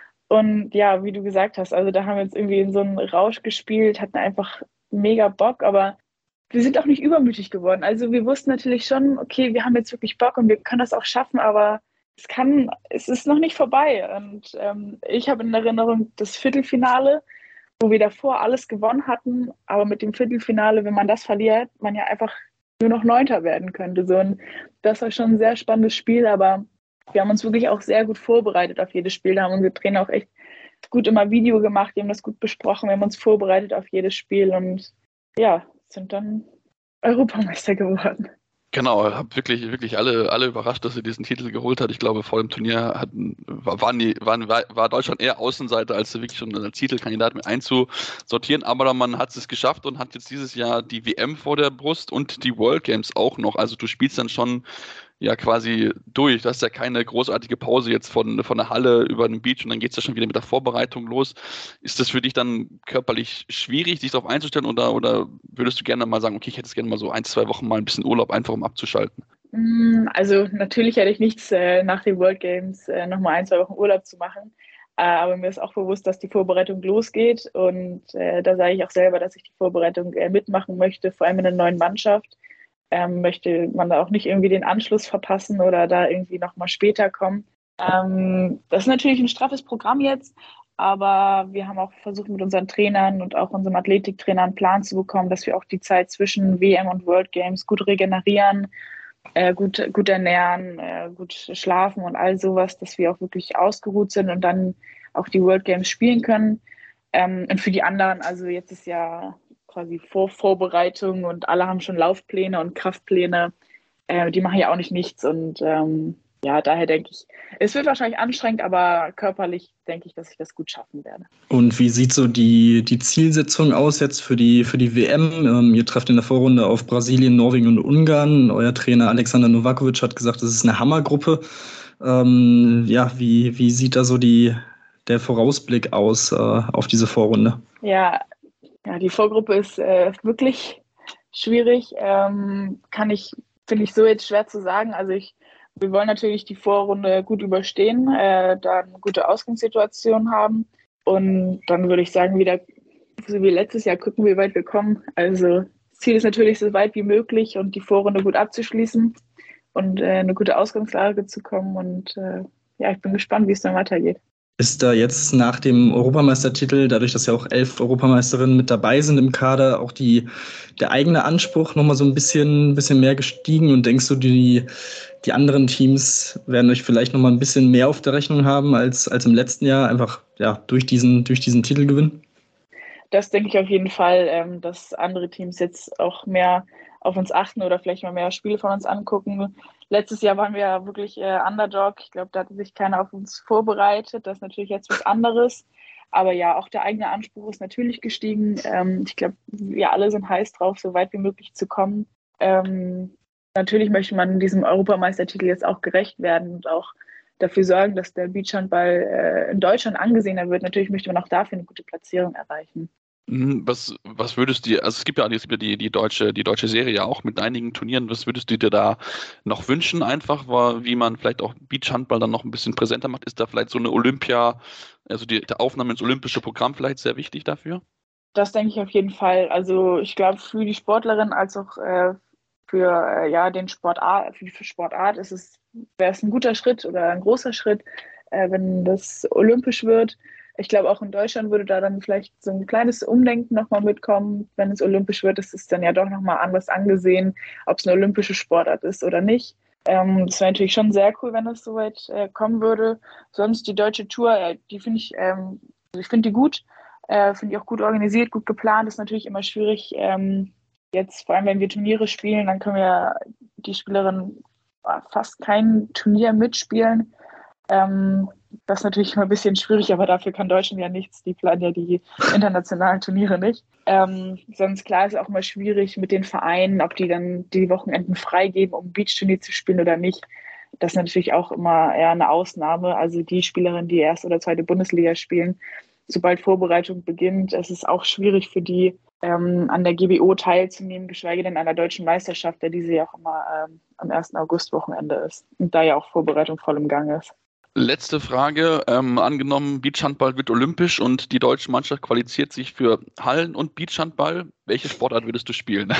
Und ja, wie du gesagt hast, also da haben wir jetzt irgendwie in so einen Rausch gespielt, hatten einfach mega Bock, aber wir sind auch nicht übermütig geworden. Also wir wussten natürlich schon, okay, wir haben jetzt wirklich Bock und wir können das auch schaffen, aber es kann, es ist noch nicht vorbei. Und ähm, ich habe in Erinnerung das Viertelfinale, wo wir davor alles gewonnen hatten, aber mit dem Viertelfinale, wenn man das verliert, man ja einfach nur noch Neunter werden könnte. So, und das war schon ein sehr spannendes Spiel, aber wir haben uns wirklich auch sehr gut vorbereitet auf jedes Spiel. Da haben unsere Trainer auch echt gut immer Video gemacht, die haben das gut besprochen, wir haben uns vorbereitet auf jedes Spiel und ja, sind dann Europameister geworden. Genau, habe wirklich, wirklich alle, alle überrascht, dass sie diesen Titel geholt hat. Ich glaube, vor dem Turnier hatten, waren die, waren, war Deutschland eher Außenseiter, als wirklich schon als Titelkandidat mit einzusortieren. Aber man hat es geschafft und hat jetzt dieses Jahr die W M vor der Brust und die World Games auch noch. Also du spielst dann schon ja quasi durch. Das ist ja keine großartige Pause jetzt von, von der Halle über den Beach und dann geht es ja schon wieder mit der Vorbereitung los. Ist das für dich dann körperlich schwierig, dich darauf einzustellen oder, oder würdest du gerne mal sagen, okay, ich hätte es gerne mal so ein, zwei Wochen mal ein bisschen Urlaub, einfach um abzuschalten? Also natürlich hätte ich nichts äh, nach den World Games äh, nochmal ein, zwei Wochen Urlaub zu machen. Äh, aber mir ist auch bewusst, dass die Vorbereitung losgeht und äh, da sage ich auch selber, dass ich die Vorbereitung äh, mitmachen möchte, vor allem in der neuen Mannschaft. Ähm, möchte man da auch nicht irgendwie den Anschluss verpassen oder da irgendwie nochmal später kommen. Ähm, das ist natürlich ein straffes Programm jetzt, aber wir haben auch versucht mit unseren Trainern und auch unserem Athletiktrainer einen Plan zu bekommen, dass wir auch die Zeit zwischen W M und World Games gut regenerieren, äh, gut, gut ernähren, äh, gut schlafen und all sowas, dass wir auch wirklich ausgeruht sind und dann auch die World Games spielen können. Ähm, und für die anderen, also jetzt ist ja quasi Vor Vorbereitung und alle haben schon Laufpläne und Kraftpläne. Äh, die machen ja auch nicht nichts und ähm, ja, daher denke ich, es wird wahrscheinlich anstrengend, aber körperlich denke ich, dass ich das gut schaffen werde. Und wie sieht so die, die Zielsetzung aus jetzt für die, für die W M? Ähm, ihr trefft in der Vorrunde auf Brasilien, Norwegen und Ungarn. Euer Trainer Alexander Novakovic hat gesagt, das ist eine Hammergruppe. Ähm, ja, wie, wie sieht da so die, der Vorausblick aus äh, auf diese Vorrunde? Ja, ja, die Vorgruppe ist äh, wirklich schwierig. Ähm, kann ich, finde ich so jetzt schwer zu sagen. Also ich, wir wollen natürlich die Vorrunde gut überstehen, äh, da eine gute Ausgangssituation haben. Und dann würde ich sagen, wieder so wie letztes Jahr gucken, wie weit wir kommen. Also das Ziel ist natürlich, so weit wie möglich und die Vorrunde gut abzuschließen und äh, eine gute Ausgangslage zu kommen. Und äh, ja, ich bin gespannt, wie es dann weitergeht. Ist da jetzt nach dem Europameistertitel, dadurch, dass ja auch elf Europameisterinnen mit dabei sind im Kader, auch die, der eigene Anspruch nochmal so ein bisschen, bisschen mehr gestiegen? Und denkst du, die, die anderen Teams werden euch vielleicht nochmal ein bisschen mehr auf der Rechnung haben als, als im letzten Jahr, einfach ja, durch diesen, durch diesen Titelgewinn? Das denke ich auf jeden Fall, ähm, dass andere Teams jetzt auch mehr auf uns achten oder vielleicht mal mehr Spiele von uns angucken. Letztes Jahr waren wir ja wirklich äh, Underdog. Ich glaube, da hatte sich keiner auf uns vorbereitet. Das ist natürlich jetzt was anderes. Aber ja, auch der eigene Anspruch ist natürlich gestiegen. Ähm, ich glaube, wir alle sind heiß drauf, so weit wie möglich zu kommen. Ähm, natürlich möchte man diesem Europameistertitel jetzt auch gerecht werden und auch dafür sorgen, dass der Beachhandball äh, in Deutschland angesehener wird. Natürlich möchte man auch dafür eine gute Platzierung erreichen. Was, was würdest du dir, also es gibt ja es gibt ja die, die deutsche, die deutsche Serie ja auch mit einigen Turnieren, was würdest du dir da noch wünschen einfach, wie man vielleicht auch Beachhandball dann noch ein bisschen präsenter macht? Ist da vielleicht so eine Olympia, also die, der Aufnahme ins olympische Programm vielleicht sehr wichtig dafür? Das denke ich auf jeden Fall. Also ich glaube, für die Sportlerin als auch äh, für äh, ja, den Sportart, für die Sportart ist es, wäre es ein guter Schritt oder ein großer Schritt, äh, wenn das olympisch wird. Ich glaube, auch in Deutschland würde da dann vielleicht so ein kleines Umdenken nochmal mitkommen. Wenn es olympisch wird, ist es dann ja doch nochmal anders angesehen, ob es eine olympische Sportart ist oder nicht. Ähm, das wäre natürlich schon sehr cool, wenn es soweit äh, kommen würde. Sonst die deutsche Tour, äh, die finde ich, ähm, ich finde die gut. Äh, finde ich auch gut organisiert, gut geplant. Ist natürlich immer schwierig. Ähm, jetzt, vor allem wenn wir Turniere spielen, dann können wir die Spielerinnen fast kein Turnier mitspielen. Ähm, das ist natürlich immer ein bisschen schwierig, aber dafür kann Deutschland ja nichts. Die planen ja die internationalen Turniere nicht. Ähm, sonst klar ist es auch immer schwierig mit den Vereinen, ob die dann die Wochenenden freigeben, um Beachturnier zu spielen oder nicht. Das ist natürlich auch immer eher eine Ausnahme. Also die Spielerinnen, die erste oder zweite Bundesliga spielen, sobald Vorbereitung beginnt, es ist auch schwierig für die, ähm, an der G B O teilzunehmen, geschweige denn an der deutschen Meisterschaft, der diese ja auch immer ähm, am ersten August-Wochenende ist und da ja auch Vorbereitung voll im Gang ist. Letzte Frage. Ähm, angenommen, Beachhandball wird olympisch und die deutsche Mannschaft qualifiziert sich für Hallen- und Beachhandball. Welche Sportart würdest du spielen?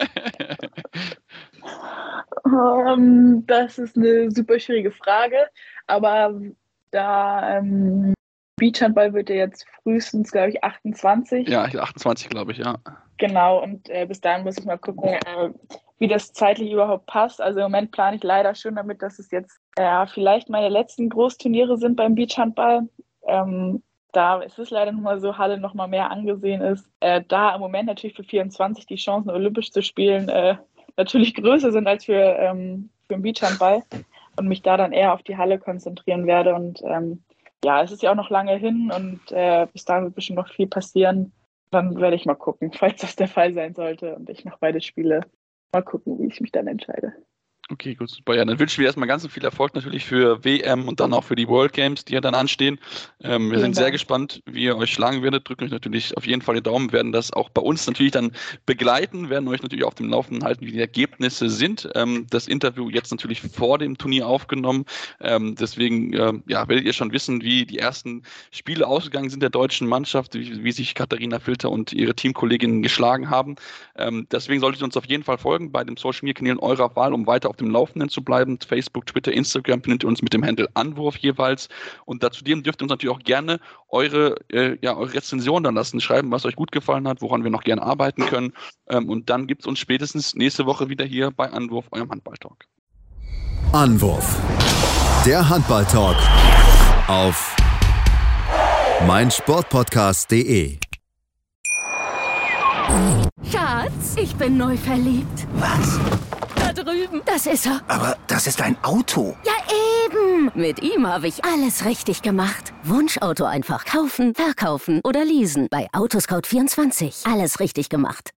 um, das ist eine super schwierige Frage, aber da ähm, Beachhandball wird ja jetzt frühestens, glaube ich, achtundzwanzig. Ja, achtundzwanzig, glaube ich, ja. Genau, und äh, bis dahin muss ich mal gucken, äh, wie das zeitlich überhaupt passt. Also im Moment plane ich leider schon damit, dass es jetzt äh, vielleicht meine letzten Großturniere sind beim Beachhandball. Ähm, da ist es leider nochmal so, Halle nochmal mehr angesehen ist. Äh, da im Moment natürlich für vierundzwanzig die Chancen, olympisch zu spielen, äh, natürlich größer sind als für, ähm, für den Beachhandball und mich da dann eher auf die Halle konzentrieren werde. Und ähm, ja, es ist ja auch noch lange hin und äh, bis dahin wird bestimmt noch viel passieren. Dann werde ich mal gucken, falls das der Fall sein sollte und ich noch beide spiele. Mal gucken, wie ich mich dann entscheide. Okay, gut, super. Ja, dann wünschen wir erstmal ganz viel Erfolg natürlich für W M und dann auch für die World Games, die ja dann anstehen. Ähm, wir Vielen sind sehr Dank. gespannt, wie ihr euch schlagen werdet. Drückt euch natürlich auf jeden Fall die Daumen, werden das auch bei uns natürlich dann begleiten, werden euch natürlich auf dem Laufenden halten, wie die Ergebnisse sind. Ähm, das Interview jetzt natürlich vor dem Turnier aufgenommen. Ähm, deswegen ähm, ja, werdet ihr schon wissen, wie die ersten Spiele ausgegangen sind der deutschen Mannschaft, wie, wie sich Katharina Filter und ihre Teamkolleginnen geschlagen haben. Ähm, deswegen solltet ihr uns auf jeden Fall folgen bei den Social Media Kanälen eurer Wahl, um weiter auf dem Laufenden zu bleiben. Facebook, Twitter, Instagram findet ihr uns mit dem Handle Anwurf jeweils. Und dazu dürft ihr uns natürlich auch gerne eure, äh, ja, eure Rezension dann lassen, schreiben, was euch gut gefallen hat, woran wir noch gerne arbeiten können. Ähm, und dann gibt es uns spätestens nächste Woche wieder hier bei Anwurf, eurem Handball-Talk. Anwurf. Der Handball-Talk auf meinsportpodcast punkt de. Schatz, ich bin neu verliebt. Was? Da drüben. Das ist er. Aber das ist ein Auto. Ja, eben. Mit ihm habe ich alles richtig gemacht. Wunschauto einfach kaufen, verkaufen oder leasen. Bei Autoscout vierundzwanzig. Alles richtig gemacht.